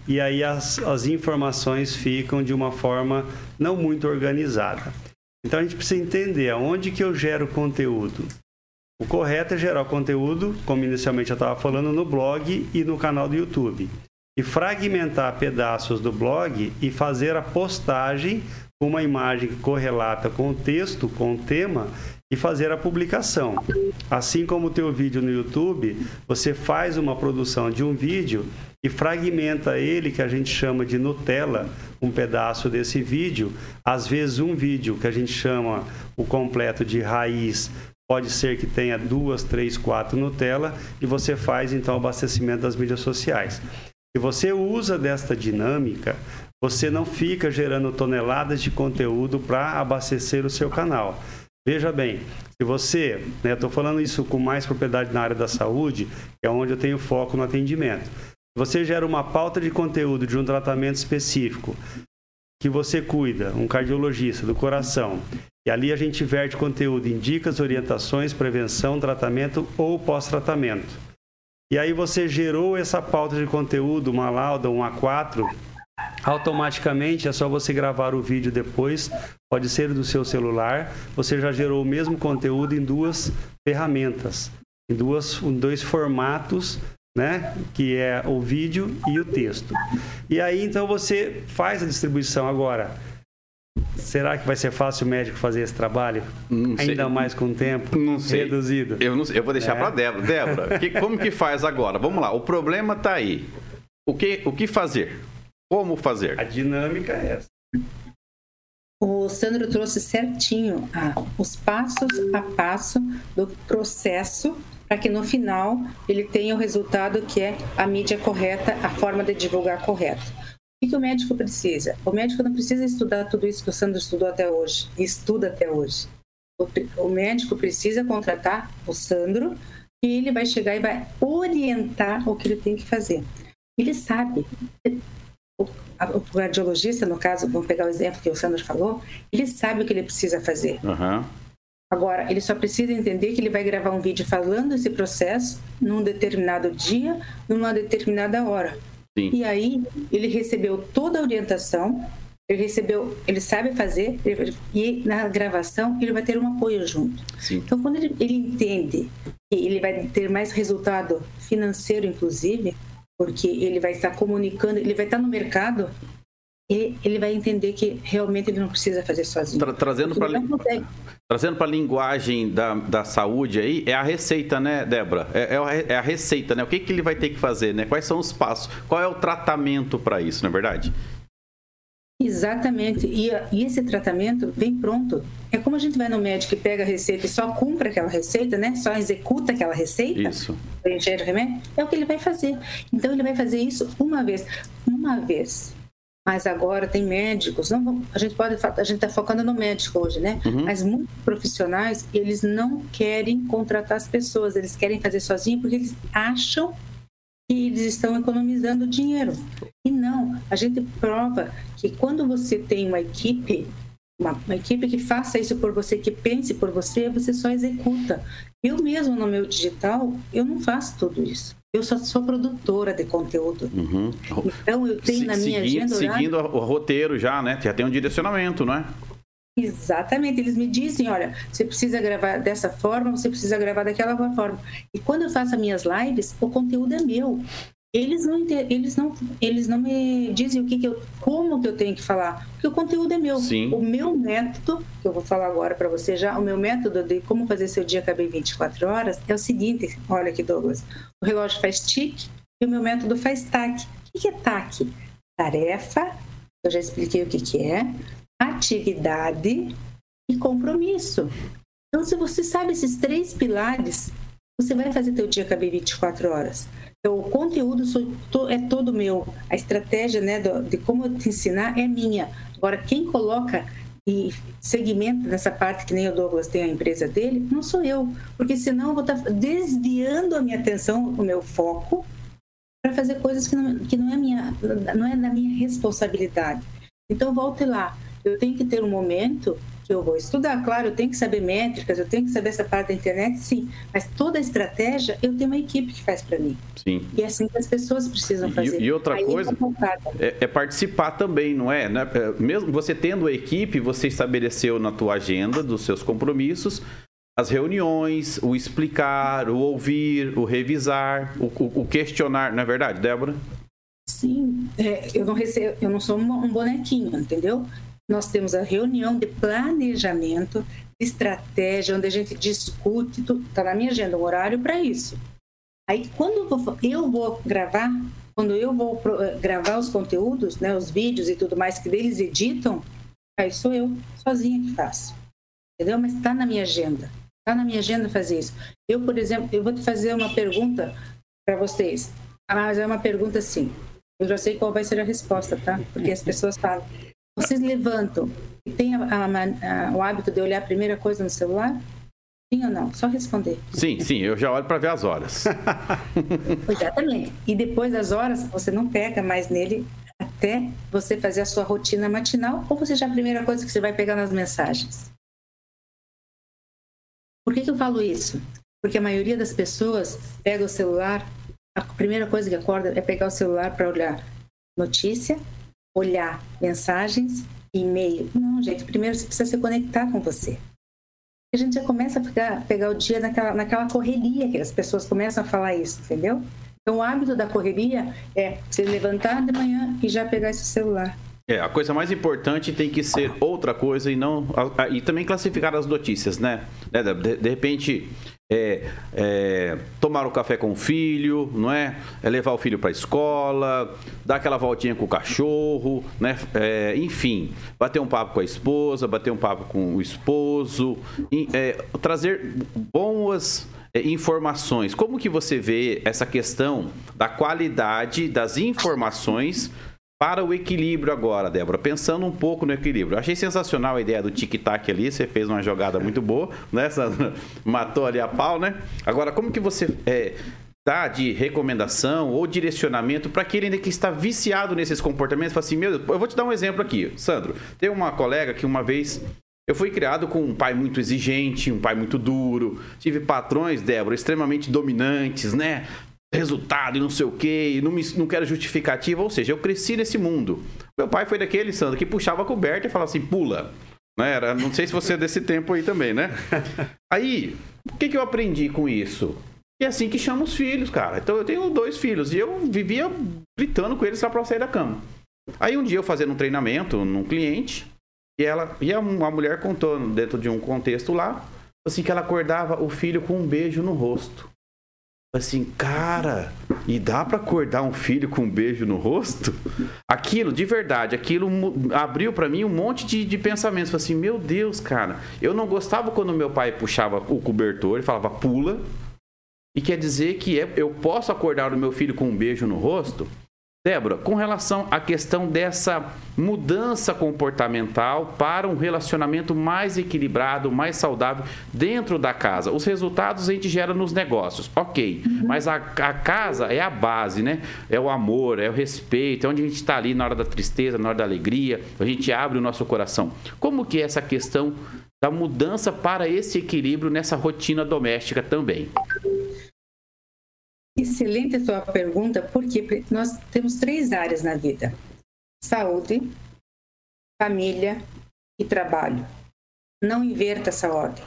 e aí as, as informações ficam de uma forma não muito organizada. Então a gente precisa entender aonde que eu gero conteúdo. O correto é gerar o conteúdo, como inicialmente eu estava falando, no blog e no canal do YouTube. E fragmentar pedaços do blog e fazer a postagem com uma imagem que correlata com o texto, com o tema, e fazer a publicação. Assim como o teu vídeo no YouTube, você faz uma produção de um vídeo e fragmenta ele, que a gente chama de Nutella, um pedaço desse vídeo. Às vezes um vídeo que a gente chama o completo de raiz, pode ser que tenha duas, três, quatro Nutella, e você faz então o abastecimento das mídias sociais. Se você usa desta dinâmica, você não fica gerando toneladas de conteúdo para abastecer o seu canal. Veja bem, se você, né, estou falando isso com mais propriedade na área da saúde, que é onde eu tenho foco no atendimento. Se você gera uma pauta de conteúdo de um tratamento específico, que você cuida, um cardiologista do coração, e ali a gente verte conteúdo em dicas, orientações, prevenção, tratamento ou pós-tratamento. E aí você gerou essa pauta de conteúdo, uma lauda, um A quatro, automaticamente é só você gravar o vídeo depois, pode ser do seu celular, você já gerou o mesmo conteúdo em duas ferramentas, em, duas, em dois formatos, né? Que é o vídeo e o texto. E aí então você faz a distribuição. Agora, será que vai ser fácil o médico fazer esse trabalho? Não Ainda sei. mais com tempo não sei. reduzido? Eu, não sei. Eu vou deixar é. para a Débora. Débora, que, como que faz agora? Vamos lá, o problema está aí. O que, o que fazer? Como fazer? A dinâmica é essa. O Sandro trouxe certinho ah, os passos a passo do processo para que no final ele tenha o resultado que é a mídia correta, a forma de divulgar correta. O que o médico precisa? O médico não precisa estudar tudo isso que o Sandro estudou até hoje, estuda até hoje. O, o médico precisa contratar o Sandro e ele vai chegar e vai orientar o que ele tem que fazer. Ele sabe. O, o cardiologista, no caso, vamos pegar o exemplo que o Sandro falou, ele sabe o que ele precisa fazer. Uhum. Agora, ele só precisa entender que ele vai gravar um vídeo falando esse processo num determinado dia, numa determinada hora. Sim. E aí, ele recebeu toda a orientação, ele recebeu, ele sabe fazer, ele, e na gravação ele vai ter um apoio junto. Sim. Então, quando ele, ele entende que ele vai ter mais resultado financeiro, inclusive, porque ele vai estar comunicando, ele vai estar no mercado, e ele vai entender que realmente ele não precisa fazer sozinho. Tra trazendo para trazendo para a linguagem da, da saúde aí, é a receita, né, Débora? É, é, é a receita, né? O que, que ele vai ter que fazer, né? Quais são os passos? Qual é o tratamento para isso, não é verdade? Exatamente. E, e esse tratamento vem pronto. É como a gente vai no médico e pega a receita e só cumpre aquela receita, né? Só executa aquela receita. Isso. Ingere o remédio. É o que ele vai fazer. Então, ele vai fazer isso uma vez. Uma vez. Mas agora tem médicos, não, a gente pode, a gente está focando no médico hoje, né? Uhum. Mas muitos profissionais, eles não querem contratar as pessoas, eles querem fazer sozinho porque eles acham que eles estão economizando dinheiro. E não, a gente prova que quando você tem uma equipe, uma, uma equipe que faça isso por você, que pense por você, você só executa. Eu mesmo no meu digital, eu não faço tudo isso. Eu só sou produtora de conteúdo. Uhum. Então, eu tenho Se, na minha seguindo, agenda... Seguindo horário... o roteiro já, né? Já tem um direcionamento, não é? Exatamente. Eles me dizem, olha, você precisa gravar dessa forma, você precisa gravar daquela forma. E quando eu faço as minhas lives, o conteúdo é meu. Eles não, eles não, eles não me dizem o que que eu, como que eu tenho que falar, porque o conteúdo é meu. Sim. O meu método, que eu vou falar agora para você já, o meu método de como fazer seu dia caber em vinte e quatro horas é o seguinte, olha aqui, Douglas, o relógio faz tique e o meu método faz tac. O que é tac? Tarefa, eu já expliquei o que que é, atividade e compromisso. Então, se você sabe esses três pilares, você vai fazer teu dia caber vinte e quatro horas. Então, o conteúdo é todo meu. A estratégia, né, de como eu te ensinar é minha. Agora, quem coloca e segmenta nessa parte, que nem o Douglas tem a empresa dele, não sou eu. Porque senão eu vou estar desviando a minha atenção, o meu foco, para fazer coisas que não, que não é minha, não é da minha responsabilidade. Então, volte lá. Eu tenho que ter um momento que Eu vou estudar, claro, eu tenho que saber métricas, eu tenho que saber essa parte da internet, sim. Mas toda a estratégia, eu tenho uma equipe que faz para mim. Sim. E é assim que as pessoas precisam fazer. E, e outra Aí coisa é, é participar também, não é? Né? Mesmo você tendo a equipe, você estabeleceu na tua agenda dos seus compromissos as reuniões, o explicar, o ouvir, o revisar, o, o, o questionar, não é verdade, Débora? Sim, é, eu, não recebo, eu não sou um bonequinho, entendeu? Nós temos a reunião de planejamento, estratégia, onde a gente discute, está na minha agenda um horário para isso. Aí, quando eu vou, eu vou gravar, quando eu vou gravar os conteúdos, né, os vídeos e tudo mais que eles editam, aí sou eu, sozinha que faço. Entendeu? Mas está na minha agenda. Está na minha agenda fazer isso. Eu, por exemplo, eu vou te fazer uma pergunta para vocês. Ah, mas é uma pergunta assim. Eu já sei qual vai ser a resposta, tá? Porque as pessoas falam. Vocês levantam e têm a, a, a, o hábito de olhar a primeira coisa no celular? Sim ou não? Só responder. Sim, sim. Eu já olho para ver as horas. Exatamente. E depois das horas, você não pega mais nele até você fazer a sua rotina matinal, ou você já é a primeira coisa que você vai pegar nas mensagens? Por que que eu falo isso? Porque a maioria das pessoas pega o celular, a primeira coisa que acorda é pegar o celular para olhar notícia, olhar mensagens, e-mail. Não, gente, primeiro você precisa se conectar com você. A gente já começa a ficar, pegar o dia naquela, naquela correria, que as pessoas começam a falar isso, entendeu? Então, o hábito da correria é você levantar de manhã e já pegar esse celular. É, a coisa mais importante tem que ser outra coisa e não a, a, e também classificar as notícias, né? De, de repente, é, é, tomar um café com o filho, não é? É levar o filho para a escola, dar aquela voltinha com o cachorro, né? É, enfim, bater um papo com a esposa, bater um papo com o esposo, e, é, trazer boas informações. Como que você vê essa questão da qualidade das informações para o equilíbrio agora, Débora? Pensando um pouco no equilíbrio. Eu achei sensacional a ideia do tic-tac ali, você fez uma jogada muito boa, né, Sandra? Matou ali a pau, né? Agora, como que você é, dá de recomendação ou direcionamento para aquele ainda que está viciado nesses comportamentos? Fala assim, meu Deus, eu vou te dar um exemplo aqui, Sandro. Tem uma colega que uma vez... Eu fui criado com um pai muito exigente, um pai muito duro. Tive patrões, Débora, extremamente dominantes, né? Resultado e não sei o quê, e não, me, não quero justificativa. Ou seja, eu cresci nesse mundo. Meu pai foi daquele, Sandro, que puxava a coberta e falava assim, pula. Né? Era, não sei se você é desse tempo aí também, né? Aí, o que, que eu aprendi com isso? É assim que chama os filhos, cara. Então, eu tenho dois filhos e eu vivia gritando com eles lá para sair da cama. Aí, um dia, eu fazendo um treinamento num cliente... E, ela, e a mulher contou, dentro de um contexto lá, assim, que ela acordava o filho com um beijo no rosto. Assim, cara, e dá pra acordar um filho com um beijo no rosto? Aquilo, de verdade, aquilo abriu pra mim um monte de, de pensamentos. Assim, meu Deus, cara, eu não gostava quando meu pai puxava o cobertor e falava pula. E quer dizer que eu posso acordar o meu filho com um beijo no rosto? Débora, com relação à questão dessa mudança comportamental para um relacionamento mais equilibrado, mais saudável dentro da casa. Os resultados a gente gera nos negócios, ok. Uhum. Mas a, a casa é a base, né? É o amor, é o respeito, é onde a gente está ali na hora da tristeza, na hora da alegria, a gente abre o nosso coração. Como que é essa questão da mudança para esse equilíbrio nessa rotina doméstica também? Excelente a sua pergunta, porque nós temos três áreas na vida: saúde, família e trabalho. Não inverta essa ordem.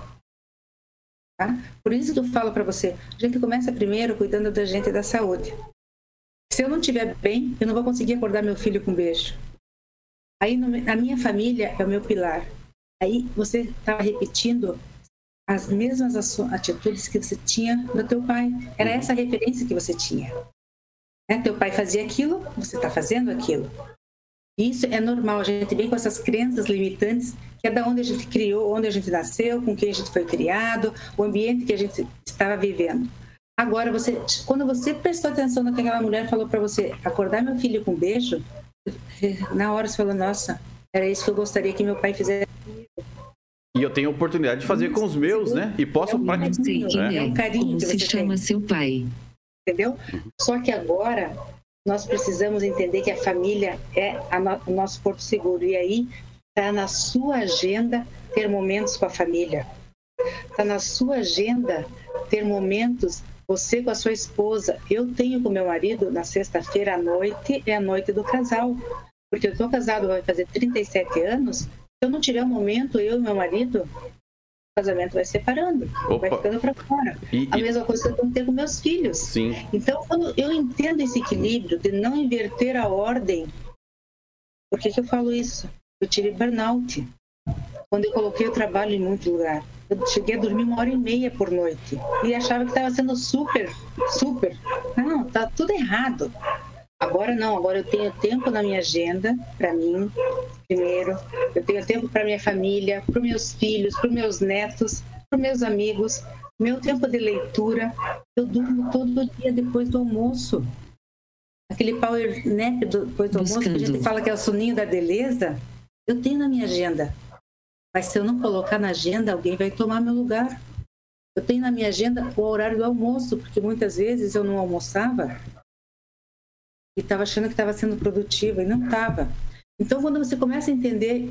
Tá? Por isso que eu falo para você, a gente começa primeiro cuidando da gente e da saúde. Se eu não estiver bem, eu não vou conseguir acordar meu filho com um beijo. Aí a minha família é o meu pilar. Aí você estava repetindo as mesmas atitudes que você tinha do teu pai. Era essa a referência que você tinha. Né? Teu pai fazia aquilo, você está fazendo aquilo. Isso é normal, a gente vem com essas crenças limitantes, que é da onde a gente criou, onde a gente nasceu, com quem a gente foi criado, o ambiente que a gente estava vivendo. Agora, você, quando você prestou atenção no que aquela mulher falou para você, acordar meu filho com um beijo, na hora você falou, nossa, era isso que eu gostaria que meu pai fizesse. E eu tenho a oportunidade de fazer com os meus, né? E posso praticar. É um carinho Como que se você chama tem. seu pai. Entendeu? Só que agora nós precisamos entender que a família é a no, o nosso porto seguro. E aí Está na sua agenda ter momentos com a família. Está na sua agenda ter momentos, você com a sua esposa. Eu tenho com meu marido, na sexta-feira à noite, é a noite do casal. Porque eu estou casado, vai fazer trinta e sete anos. Se eu não tiver um momento, eu e meu marido, o casamento vai separando, Opa. vai ficando para fora. E, a e... mesma coisa que eu tenho que ter com meus filhos. Sim. Então, quando eu entendo esse equilíbrio de não inverter a ordem. Por que que eu falo isso? Eu tive burnout. Quando eu coloquei o trabalho em muito lugar. Eu cheguei a dormir uma hora e meia por noite. E achava que estava sendo super, super. Não, tá tudo errado. Agora não, agora eu tenho tempo na minha agenda, para mim, primeiro. Eu tenho tempo para minha família, para os meus filhos, para os meus netos, para os meus amigos. Meu tempo de leitura, eu durmo todo dia depois do almoço. Aquele power nap depois do almoço, que a gente fala que é o soninho da beleza, eu tenho na minha agenda. Mas se eu não colocar na agenda, alguém vai tomar meu lugar. Eu tenho na minha agenda o horário do almoço, porque muitas vezes eu não almoçava e estava achando que estava sendo produtiva e não estava. Então, quando você começa a entender...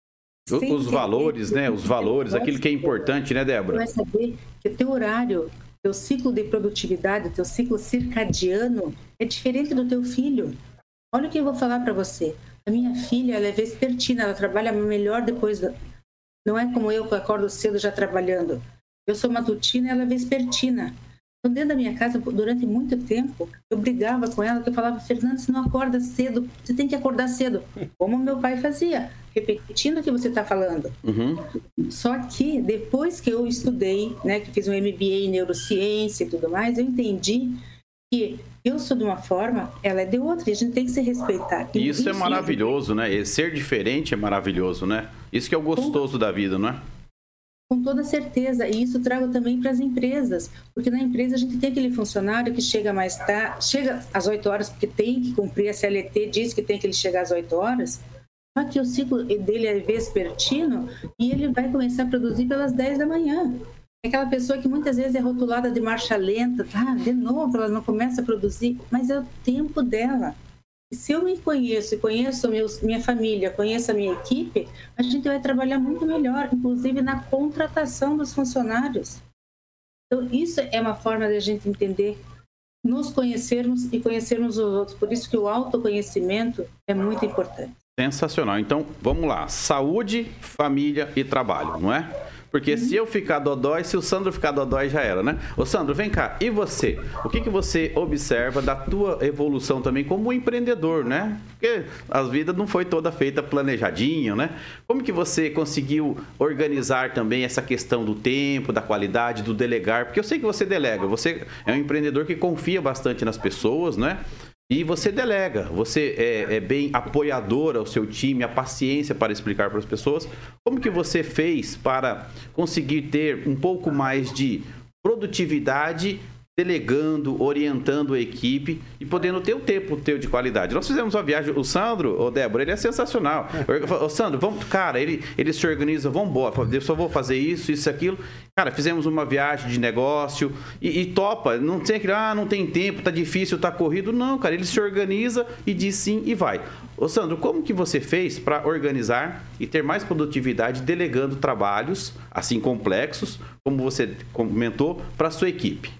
Os valores, né? Os valores, aquilo que é importante, né, Débora? Você vai saber que o teu horário, teu ciclo de produtividade, o teu ciclo circadiano é diferente do teu filho. Olha o que eu vou falar para você. A minha filha, ela é vespertina, ela trabalha melhor depois... Da... Não é como eu que acordo cedo já trabalhando. Eu sou matutina e ela é vespertina. Então, dentro da minha casa, durante muito tempo, eu brigava com ela, que eu falava, Fernanda, você não acorda cedo, você tem que acordar cedo. Como meu pai fazia, repetindo o que você está falando. Uhum. Só que, depois que eu estudei, né, que fiz um M B A em neurociência e tudo mais, eu entendi que eu sou de uma forma, ela é de outra, e a gente tem que se respeitar. E isso, isso é maravilhoso, né? E ser diferente é maravilhoso, né? Isso que é o gostoso com, da vida, não é? Com toda certeza. E isso trago também para as empresas. Porque na empresa a gente tem aquele funcionário que chega mais tarde, chega às oito horas, porque tem que cumprir a C L T, diz que tem que ele chegar às oito horas, só que o ciclo dele é vespertino e ele vai começar a produzir pelas dez da manhã. É aquela pessoa que muitas vezes é rotulada de marcha lenta, ah, de novo ela não começa a produzir, mas é o tempo dela. E se eu me conheço e conheço meus, minha família, conheço a minha equipe, a gente vai trabalhar muito melhor, inclusive na contratação dos funcionários. Então, isso é uma forma de a gente entender, nos conhecermos e conhecermos os outros. Por isso que o autoconhecimento é muito importante. Sensacional. Então, vamos lá. Saúde, família e trabalho, não é? Porque uhum. se eu ficar dodói, se o Sandro ficar dodói, já era, né? Ô Sandro, vem cá, e você? O que, que você observa da tua evolução também como empreendedor, né? Porque a vida não foi toda feita planejadinho, né? Como que você conseguiu organizar também essa questão do tempo, da qualidade, do delegar? Porque eu sei que você delega, você é um empreendedor que confia bastante nas pessoas, né? E você delega, você é, é bem apoiador ao seu time, a paciência para explicar para as pessoas. Como que você fez para conseguir ter um pouco mais de produtividade, delegando, orientando a equipe e podendo ter o tempo teu de qualidade? Nós fizemos uma viagem, o Sandro, o Débora, ele é sensacional. O Sandro, vamos, cara, ele, ele se organiza, vamos embora, eu só vou fazer isso, isso, aquilo. Cara, fizemos uma viagem de negócio e, e topa, não tem aquele, ah, não tem tempo, tá difícil, tá corrido. Não, cara, ele se organiza e diz sim e vai. Ô Sandro, como que você fez para organizar e ter mais produtividade delegando trabalhos, assim, complexos, como você comentou, para a sua equipe?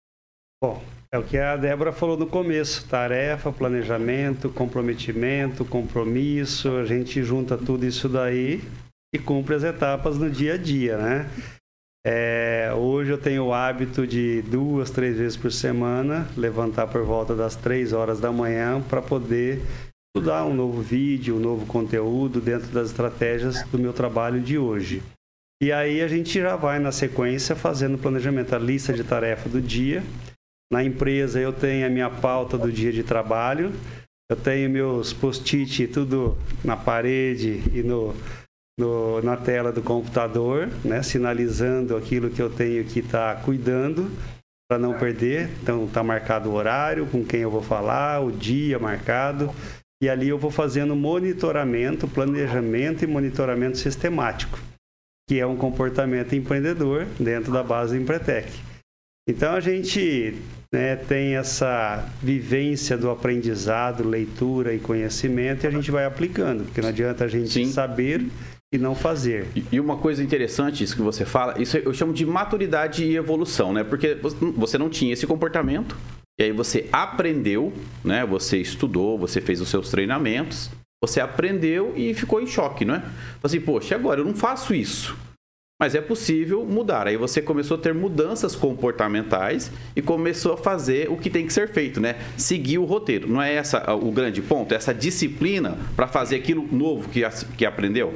Bom, é o que a Débora falou no começo, tarefa, planejamento, comprometimento, compromisso, a gente junta tudo isso daí e cumpre as etapas no dia a dia, né? É, hoje eu tenho o hábito de duas, três vezes por semana levantar por volta das três horas da manhã para poder estudar um novo vídeo, um novo conteúdo dentro das estratégias do meu trabalho de hoje. E aí a gente já vai na sequência fazendo o planejamento, a lista de tarefa do dia. Na empresa eu tenho a minha pauta do dia de trabalho, eu tenho meus post-it tudo na parede e no, no, na tela do computador, né, sinalizando aquilo que eu tenho que estar cuidando para não perder. Então está marcado o horário, com quem eu vou falar, o dia marcado, e ali eu vou fazendo monitoramento, planejamento e monitoramento sistemático, que é um comportamento empreendedor dentro da base do Empretec. Então, a gente né, tem essa vivência do aprendizado, leitura e conhecimento, e a gente vai aplicando, porque não adianta a gente Sim. saber e não fazer. E uma coisa interessante, isso que você fala, isso eu chamo de maturidade e evolução, né? Porque você não tinha esse comportamento, e aí você aprendeu, né? Você estudou, você fez os seus treinamentos, você aprendeu e ficou em choque, não é? Assim, poxa, agora eu não faço isso. Mas é possível mudar. Aí você começou a ter mudanças comportamentais e começou a fazer o que tem que ser feito, né? Seguir o roteiro. Não é esse o grande ponto? Essa disciplina para fazer aquilo novo que, que aprendeu?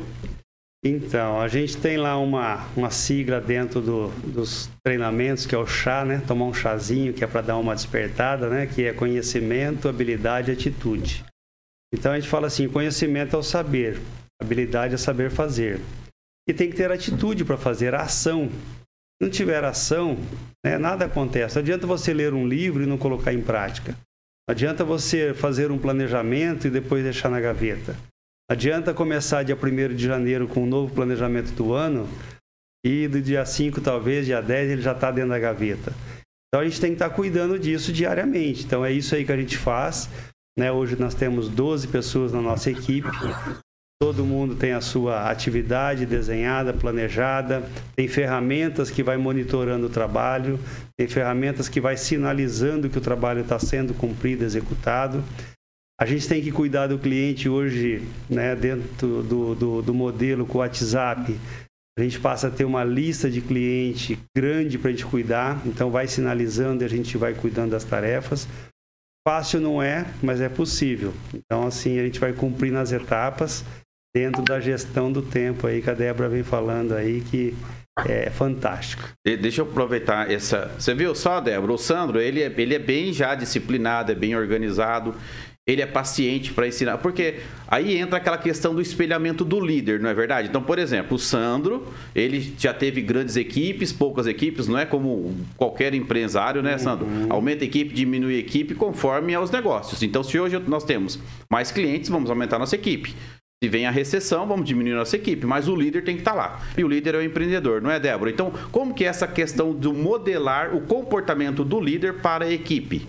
Então, a gente tem lá uma, uma sigla dentro do, dos treinamentos, que é o chá, né? Tomar um chazinho, que é para dar uma despertada, né? Que é conhecimento, habilidade e atitude. Então, a gente fala assim, conhecimento é o saber, habilidade é saber fazer. E tem que ter atitude para fazer a ação. Se não tiver ação, né, nada acontece. Não adianta você ler um livro e não colocar em prática. Não adianta você fazer um planejamento e depois deixar na gaveta. Não adianta começar dia primeiro de janeiro com um novo planejamento do ano e do dia cinco, talvez, dia dez, ele já está dentro da gaveta. Então, a gente tem que estar cuidando disso diariamente. Então, é isso aí que a gente faz, né? Hoje nós temos doze pessoas na nossa equipe. Todo mundo tem a sua atividade desenhada, planejada, tem ferramentas que vai monitorando o trabalho, tem ferramentas que vai sinalizando que o trabalho está sendo cumprido, executado. A gente tem que cuidar do cliente hoje, né, dentro do, do, do modelo com o WhatsApp. A gente passa a ter uma lista de cliente grande para a gente cuidar, então vai sinalizando e a gente vai cuidando das tarefas. Fácil não é, mas é possível. Então, assim, a gente vai cumprindo as etapas dentro da gestão do tempo aí que a Débora vem falando aí, que é fantástico. Deixa eu aproveitar essa... Você viu só, Débora? O Sandro, ele é, ele é bem já disciplinado, é bem organizado, ele é paciente para ensinar, porque aí entra aquela questão do espelhamento do líder, não é verdade? Então, por exemplo, o Sandro, ele já teve grandes equipes, poucas equipes, não é como qualquer empresário, né, Sandro? Uhum. Aumenta a equipe, diminui a equipe conforme aos negócios. Então, se hoje nós temos mais clientes, vamos aumentar a nossa equipe. Se vem a recessão, vamos diminuir a nossa equipe, mas o líder tem que estar lá. E o líder é o empreendedor, não é, Débora? Então, como que é essa questão de modelar o comportamento do líder para a equipe?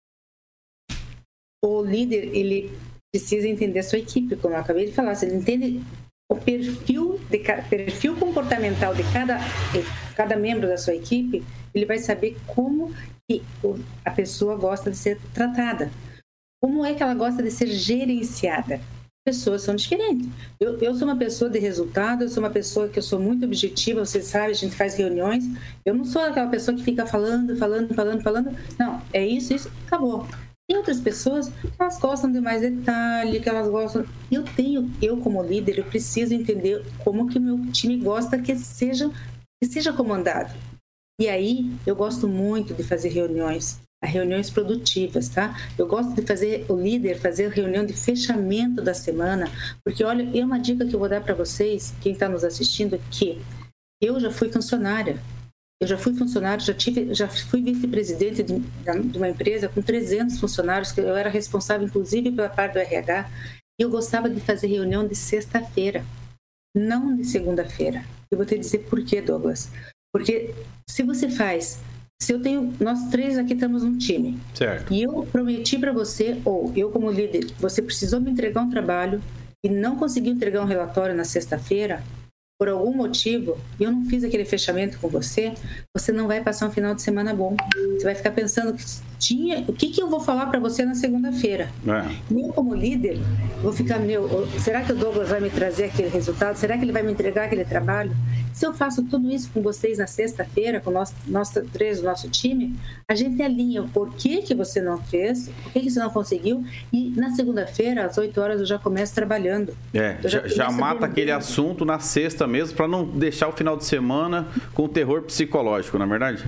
O líder, ele precisa entender a sua equipe, como eu acabei de falar. Se ele entende o perfil, de, perfil comportamental de cada, de cada membro da sua equipe, ele vai saber como que a pessoa gosta de ser tratada. Como é que ela gosta de ser gerenciada. Pessoas são diferentes. Eu, eu sou uma pessoa de resultado, eu sou uma pessoa que eu sou muito objetiva, você sabe, a gente faz reuniões. Eu não sou aquela pessoa que fica falando, falando, falando, falando. Não, é isso, isso, acabou. Tem outras pessoas que elas gostam de mais detalhe, que elas gostam... Eu tenho, eu como líder, eu preciso entender como que o meu time gosta que seja, que seja comandado. E aí, eu gosto muito de fazer reuniões. Reuniões produtivas, tá? Eu gosto de fazer o líder fazer reunião de fechamento da semana, porque olha, é uma dica que eu vou dar para vocês, quem está nos assistindo, que eu já fui funcionária, eu já fui funcionário, já tive, já fui vice-presidente de, de uma empresa com trezentos funcionários, que eu era responsável inclusive pela parte do R H, e eu gostava de fazer reunião de sexta-feira, não de segunda-feira. Eu vou te dizer por quê, Douglas. Porque se você faz Se eu tenho, nós três aqui estamos num time. Certo. E eu prometi para você, ou eu como líder, você precisou me entregar um trabalho e não conseguiu entregar um relatório na sexta-feira, por algum motivo, e eu não fiz aquele fechamento com você, você não vai passar um final de semana bom. Você vai ficar pensando que tinha, o que, que eu vou falar para você na segunda-feira. É. Eu como líder, vou ficar, meu, será que o Douglas vai me trazer aquele resultado? Será que ele vai me entregar aquele trabalho? Se eu faço tudo isso com vocês na sexta-feira, com nós, nós três, o nosso time, a gente alinha o porquê que você não fez, por que você não conseguiu, e na segunda-feira, às oito horas, eu já começo trabalhando. É, já, já mata aquele assunto na sexta mesmo, para não deixar o final de semana com o terror psicológico, não é verdade?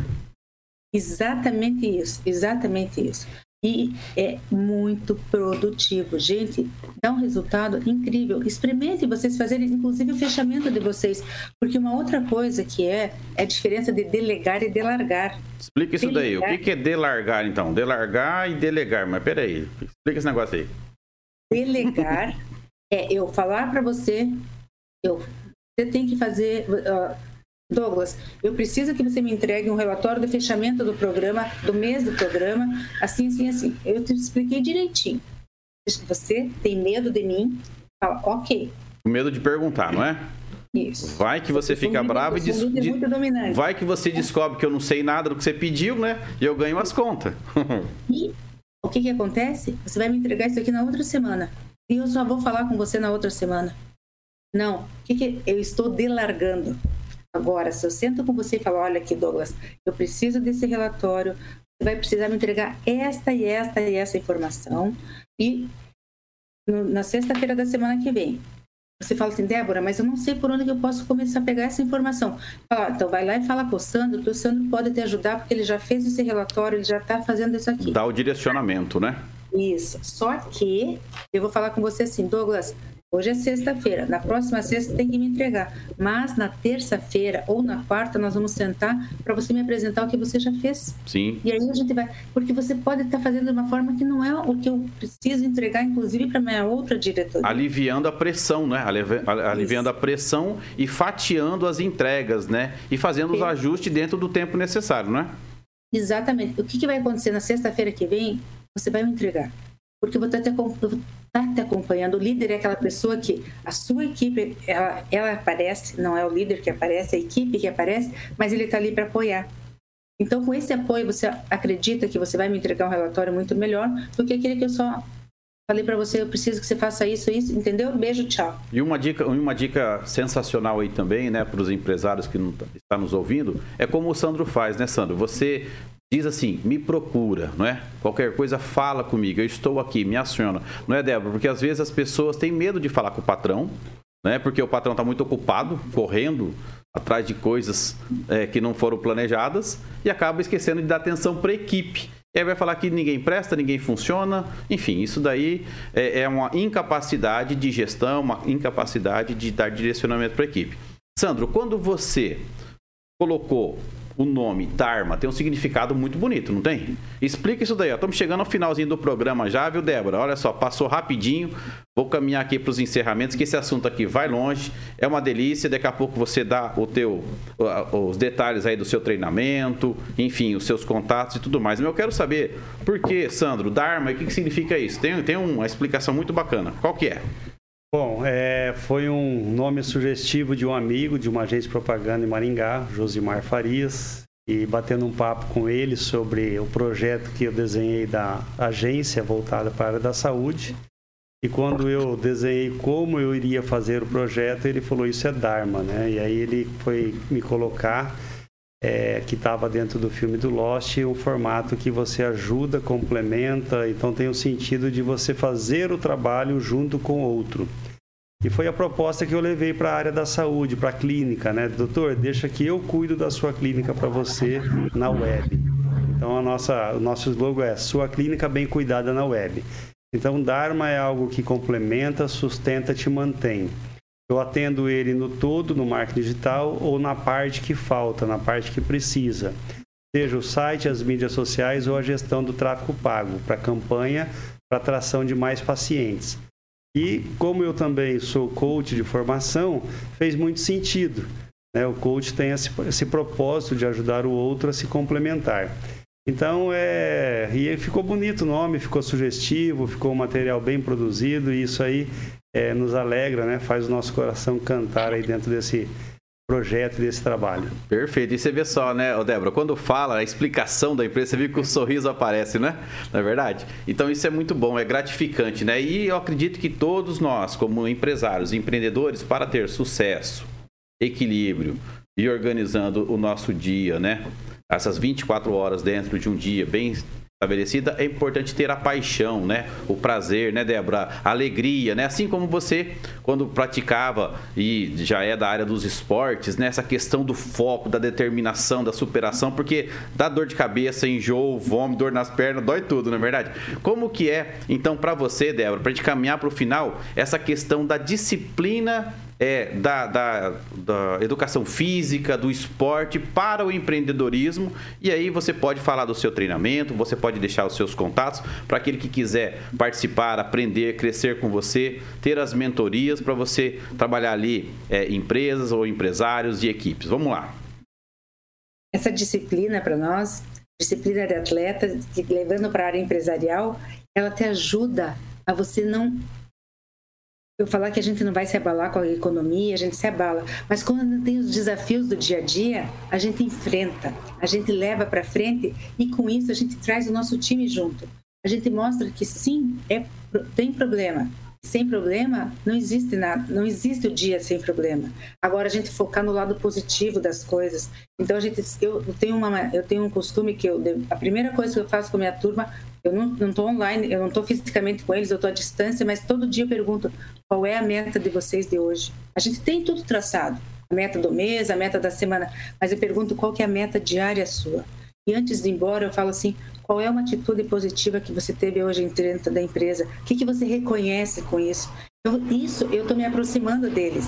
Exatamente isso, exatamente isso. E é muito produtivo. Gente, dá um resultado incrível. Experimente vocês fazerem, inclusive, o fechamento de vocês. Porque uma outra coisa que é, é a diferença de delegar e delargar. Explica isso delegar. Daí. O que é delargar, então? Delargar e delegar. Mas peraí, explica esse negócio aí. Delegar é eu falar para você, eu, você tem que fazer... Uh, Douglas, eu preciso que você me entregue um relatório do fechamento do programa, do mês do programa, assim, assim, assim. Eu te expliquei direitinho. Você tem medo de mim? Fala, ok. O medo de perguntar, não é? Isso. Vai que você fica bravo e diz, de, vai que você descobre que eu não sei nada do que você pediu, né? E eu ganho as contas. E o que que acontece? Você vai me entregar isso aqui na outra semana. E eu só vou falar com você na outra semana. Não. O que que eu estou delargando? Agora, se eu sento com você e falo, olha aqui, Douglas, eu preciso desse relatório, você vai precisar me entregar esta e esta e essa informação, e no, na sexta-feira da semana que vem, você fala assim, Débora, mas eu não sei por onde que eu posso começar a pegar essa informação. Fala, então vai lá e fala com o Sandro, que o Sandro pode te ajudar, porque ele já fez esse relatório, ele já está fazendo isso aqui. Dá o direcionamento, né? Isso. Só que eu vou falar com você assim, Douglas, hoje é sexta-feira, na próxima sexta tem que me entregar, mas na terça-feira ou na quarta nós vamos sentar para você me apresentar o que você já fez. Sim. E aí a gente vai, porque você pode estar fazendo de uma forma que não é o que eu preciso entregar, inclusive para minha outra diretoria. Aliviando a pressão, né? Alivi- aliviando Isso. a pressão e fatiando as entregas, né? E fazendo os ajustes dentro do tempo necessário, não é? Exatamente. O que, que vai acontecer na sexta-feira que vem? Você vai me entregar. Porque eu vou estar te, tá te acompanhando. O líder é aquela pessoa que a sua equipe, ela, ela aparece, não é o líder que aparece, é a equipe que aparece, mas ele está ali para apoiar. Então, com esse apoio, você acredita que você vai me entregar um relatório muito melhor do que aquele que eu só falei para você, eu preciso que você faça isso, isso, entendeu? Beijo, tchau. E uma dica, uma dica sensacional aí também, né, para os empresários que não estão nos ouvindo, é como o Sandro faz, né, Sandro? Você diz assim, me procura, não é? Qualquer coisa, fala comigo, eu estou aqui, me aciona. Não é, Débora? Porque às vezes as pessoas têm medo de falar com o patrão, né? Porque o patrão está muito ocupado, correndo atrás de coisas é, que não foram planejadas e acaba esquecendo de dar atenção para a equipe. E aí vai falar que ninguém presta, ninguém funciona. Enfim, isso daí é, é uma incapacidade de gestão, uma incapacidade de dar direcionamento para a equipe. Sandro, quando você colocou o nome Dharma, tem um significado muito bonito, não tem? Explica isso daí, ó. Estamos chegando ao finalzinho do programa já, viu, Débora? Olha só, passou rapidinho. Vou caminhar aqui para os encerramentos, que esse assunto aqui vai longe. É uma delícia. Daqui a pouco você dá o teu, os detalhes aí do seu treinamento, enfim, os seus contatos e tudo mais. Mas eu quero saber por que, Sandro, Dharma, o que, que significa isso? Tem, tem uma explicação muito bacana. Qual que é? Bom, é, foi um nome sugestivo de um amigo de uma agência de propaganda em Maringá, Josimar Farias, e batendo um papo com ele sobre o projeto que eu desenhei da agência voltada para a área da saúde. E quando eu desenhei como eu iria fazer o projeto, ele falou, isso é Dharma, né? E aí ele foi me colocar, é, que estava dentro do filme do Lost, um formato que você ajuda, complementa, então tem o sentido de você fazer o trabalho junto com o outro. E foi a proposta que eu levei para a área da saúde, para a clínica, né? Doutor, deixa que eu cuido da sua clínica para você na web. Então a nossa, o nosso slogan é sua clínica bem cuidada na web. Então Dharma é algo que complementa, sustenta, te mantém. Eu atendo ele no todo, no marketing digital, ou na parte que falta, na parte que precisa. Seja o site, as mídias sociais ou a gestão do tráfego pago, para campanha, para atração de mais pacientes. E como eu também sou coach de formação, fez muito sentido, né? O coach tem esse, esse propósito de ajudar o outro a se complementar. Então, é... e ficou bonito o nome, ficou sugestivo, ficou um material bem produzido e isso aí é, nos alegra, né? Faz o nosso coração cantar aí dentro desse projeto, desse trabalho. Perfeito. E você vê só, né, Débora, quando fala a explicação da empresa, você vê que o sorriso aparece, né? Não é verdade? Então, isso é muito bom, é gratificante, né? E eu acredito que todos nós, como empresários, empreendedores, para ter sucesso, equilíbrio e organizando o nosso dia, né? Essas vinte e quatro horas dentro de um dia bem estabelecida, é importante ter a paixão, né? O prazer, né, Débora? A alegria, né? Assim como você, quando praticava e já é da área dos esportes, né? Essa questão do foco, da determinação, da superação, porque dá dor de cabeça, enjoo, vômito, dor nas pernas, dói tudo, não é verdade? Como que é, então, para você, Débora, para a gente caminhar para o final, essa questão da disciplina É, da, da, da educação física, do esporte para o empreendedorismo, e aí você pode falar do seu treinamento, você pode deixar os seus contatos para aquele que quiser participar, aprender, crescer com você, ter as mentorias para você trabalhar ali é, empresas ou empresários e equipes. Vamos lá. essa disciplina para nós, disciplina de atleta, que, levando para a área empresarial, ela te ajuda a você não... Eu falar que a gente não vai se abalar com a economia, a gente se abala. Mas quando tem os desafios do dia a dia, a gente enfrenta, a gente leva para frente e com isso a gente traz o nosso time junto. A gente mostra que sim, é, tem problema. Sem problema, não existe nada, não existe o dia sem problema. Agora, a gente focar no lado positivo das coisas. Então, a gente, eu, tenho uma, eu tenho um costume que eu, a primeira coisa que eu faço com a minha turma, eu não estou online, eu não estou fisicamente com eles, eu estou à distância, mas todo dia eu pergunto qual é a meta de vocês de hoje. A gente tem tudo traçado, a meta do mês, a meta da semana, mas eu pergunto qual que é a meta diária sua. E antes de ir embora, eu falo assim, qual é uma atitude positiva que você teve hoje dentro da empresa? O que, que você reconhece com isso? Então, isso, eu estou me aproximando deles.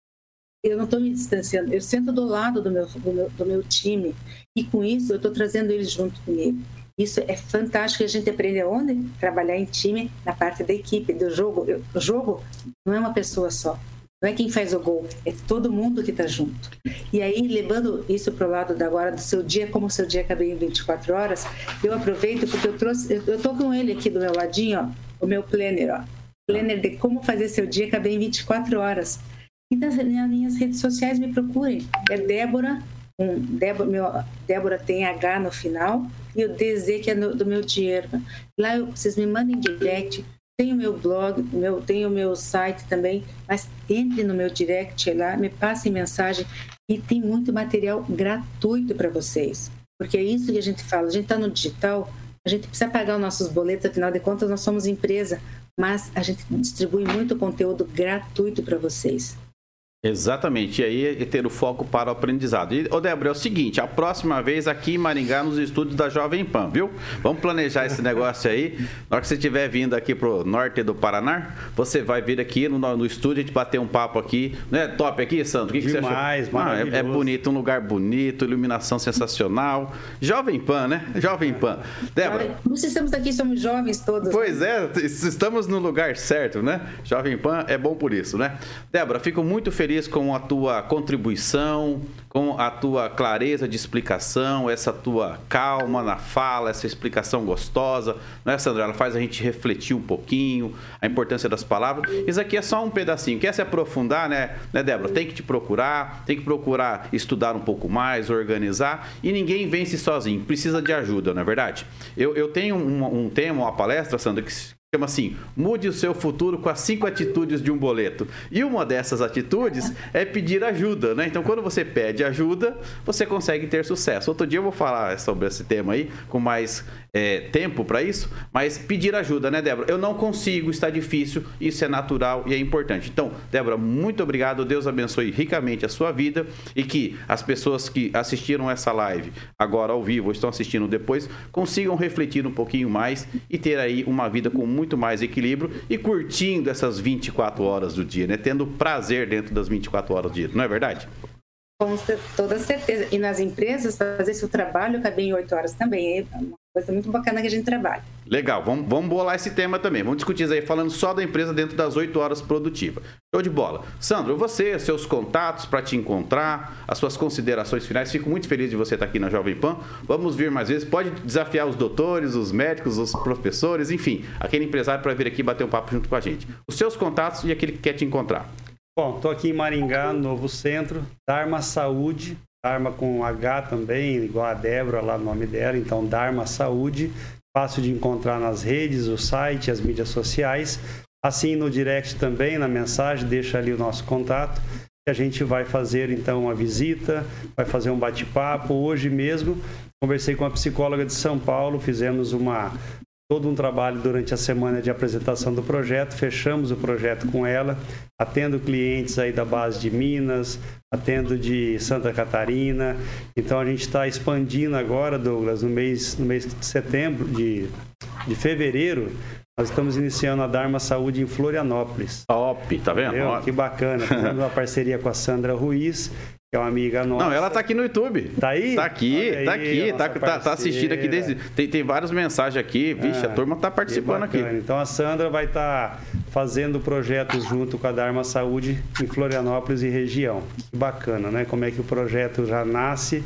Eu não estou me distanciando. Eu sento do lado do meu, do meu, do meu time e, com isso, eu estou trazendo eles junto comigo. Isso é fantástico. A gente aprende aonde? Trabalhar em time, na parte da equipe, do jogo. Eu, o jogo não é uma pessoa só. Não é quem faz o gol, é todo mundo que está junto. E aí, levando isso para o lado da agora do seu dia, como o seu dia acaba em vinte e quatro horas, eu aproveito porque eu trouxe, eu estou com ele aqui do meu ladinho, ó, o meu planner, ó, planner de como fazer seu dia caber em vinte e quatro horas. E nas, nas minhas redes sociais me procurem. É Débora, um, Débora, meu, Débora tem H no final, e o D Z que é no, do meu dinheiro. Lá eu, vocês me mandem direct. Tem o meu blog, meu, tem o meu site também, mas entre no meu direct lá, me passem mensagem e tem muito material gratuito para vocês. Porque é isso que a gente fala, a gente está no digital, a gente precisa pagar os nossos boletos, afinal de contas nós somos empresa, mas a gente distribui muito conteúdo gratuito para vocês. Exatamente, e aí é ter o foco para o aprendizado. E, ô Débora, é o seguinte, a próxima vez aqui em Maringá, nos estúdios da Jovem Pan, viu? Vamos planejar esse negócio aí. Na hora que você estiver vindo aqui pro norte do Paraná, você vai vir aqui no, no estúdio, a gente bater um papo aqui. Não é top aqui, Sandro? O que, que você achou? Demais, maravilhoso. Ah, é, é bonito, um lugar bonito, iluminação sensacional. Jovem Pan, né? Jovem Pan. Débora. Nós estamos aqui, somos jovens todos. Pois né? é, estamos no lugar certo, né? Jovem Pan é bom por isso, né? Débora, fico muito feliz com a tua contribuição, com a tua clareza de explicação, essa tua calma na fala, essa explicação gostosa, não é, Sandra? Ela faz a gente refletir um pouquinho, a importância das palavras. Isso aqui é só um pedacinho. Quer se aprofundar, né, né, Débora? Tem que te procurar, tem que procurar estudar um pouco mais, organizar, e ninguém vence sozinho, precisa de ajuda, não é verdade? Eu, eu tenho um, um tema, uma palestra, Sandra, que chama assim, mude o seu futuro com as cinco atitudes de um boleto. E uma dessas atitudes é pedir ajuda, né? Então, quando você pede ajuda, você consegue ter sucesso. Outro dia eu vou falar sobre esse tema aí, com mais é, tempo para isso, mas pedir ajuda, né, Débora? Eu não consigo, está difícil, isso é natural e é importante. Então, Débora, muito obrigado, Deus abençoe ricamente a sua vida e que as pessoas que assistiram essa live agora ao vivo ou estão assistindo depois, consigam refletir um pouquinho mais e ter aí uma vida com muito muito mais equilíbrio e curtindo essas vinte e quatro horas do dia, né? Tendo prazer dentro das vinte e quatro horas do dia, não é verdade? Com toda certeza. E nas empresas, fazer seu trabalho caber em oito horas também. É uma coisa muito bacana que a gente trabalha. Legal, vamos, vamos bolar esse tema também. Vamos discutir isso aí, falando só da empresa dentro das oito horas produtivas. Show de bola. Sandro, você, seus contatos para te encontrar, as suas considerações finais. Fico muito feliz de você estar aqui na Jovem Pan. Vamos vir mais vezes. Pode desafiar os doutores, os médicos, os professores, enfim, aquele empresário para vir aqui bater um papo junto com a gente. Os seus contatos e aquele que quer te encontrar. Bom, estou aqui em Maringá, no Novo Centro, Dharma Saúde, Dharma com H também, igual a Débora lá no nome dela, então Dharma Saúde, fácil de encontrar nas redes, o site, as mídias sociais, assim no direct também, na mensagem, deixa ali o nosso contato, que a gente vai fazer então uma visita, vai fazer um bate-papo. Hoje mesmo, conversei com a psicóloga de São Paulo, fizemos uma... todo um trabalho durante a semana de apresentação do projeto, fechamos o projeto com ela, atendo clientes aí da base de Minas, atendo de Santa Catarina, então a gente está expandindo agora, Douglas, no mês, no mês de setembro, de, de fevereiro, nós estamos iniciando a Dharma Saúde em Florianópolis. Top, tá vendo? Entendeu? Que bacana, fizemos uma parceria com a Sandra Ruiz, que é uma amiga nossa. Não, ela tá aqui no YouTube. Tá aí? Tá aqui, aí, tá aqui, tá, tá, tá assistindo aqui desde... Tem, tem várias mensagens aqui, vixe, ah, a turma tá participando aqui. Então a Sandra vai estar tá fazendo o projeto junto com a Dharma Saúde em Florianópolis e região. Que bacana, né? Como é que o projeto já nasce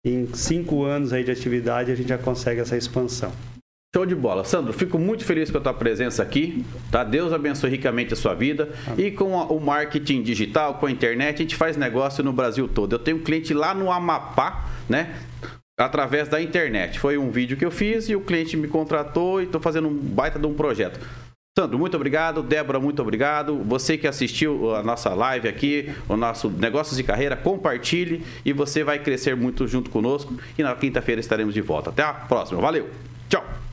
Em cinco anos aí de atividade, a gente já consegue essa expansão. Show de bola. Sandro, fico muito feliz com a tua presença aqui, tá? Deus abençoe ricamente a sua vida. Amém. E com a, o marketing digital, com a internet, a gente faz negócio no Brasil todo. Eu tenho um cliente lá no Amapá, né? Através da internet. Foi um vídeo que eu fiz e o cliente me contratou e estou fazendo um baita de um projeto. Sandro, muito obrigado. Débora, muito obrigado. Você que assistiu a nossa live aqui, o nosso Negócios de Carreira, compartilhe e você vai crescer muito junto conosco. E na quinta-feira estaremos de volta. Até a próxima. Valeu. Tchau.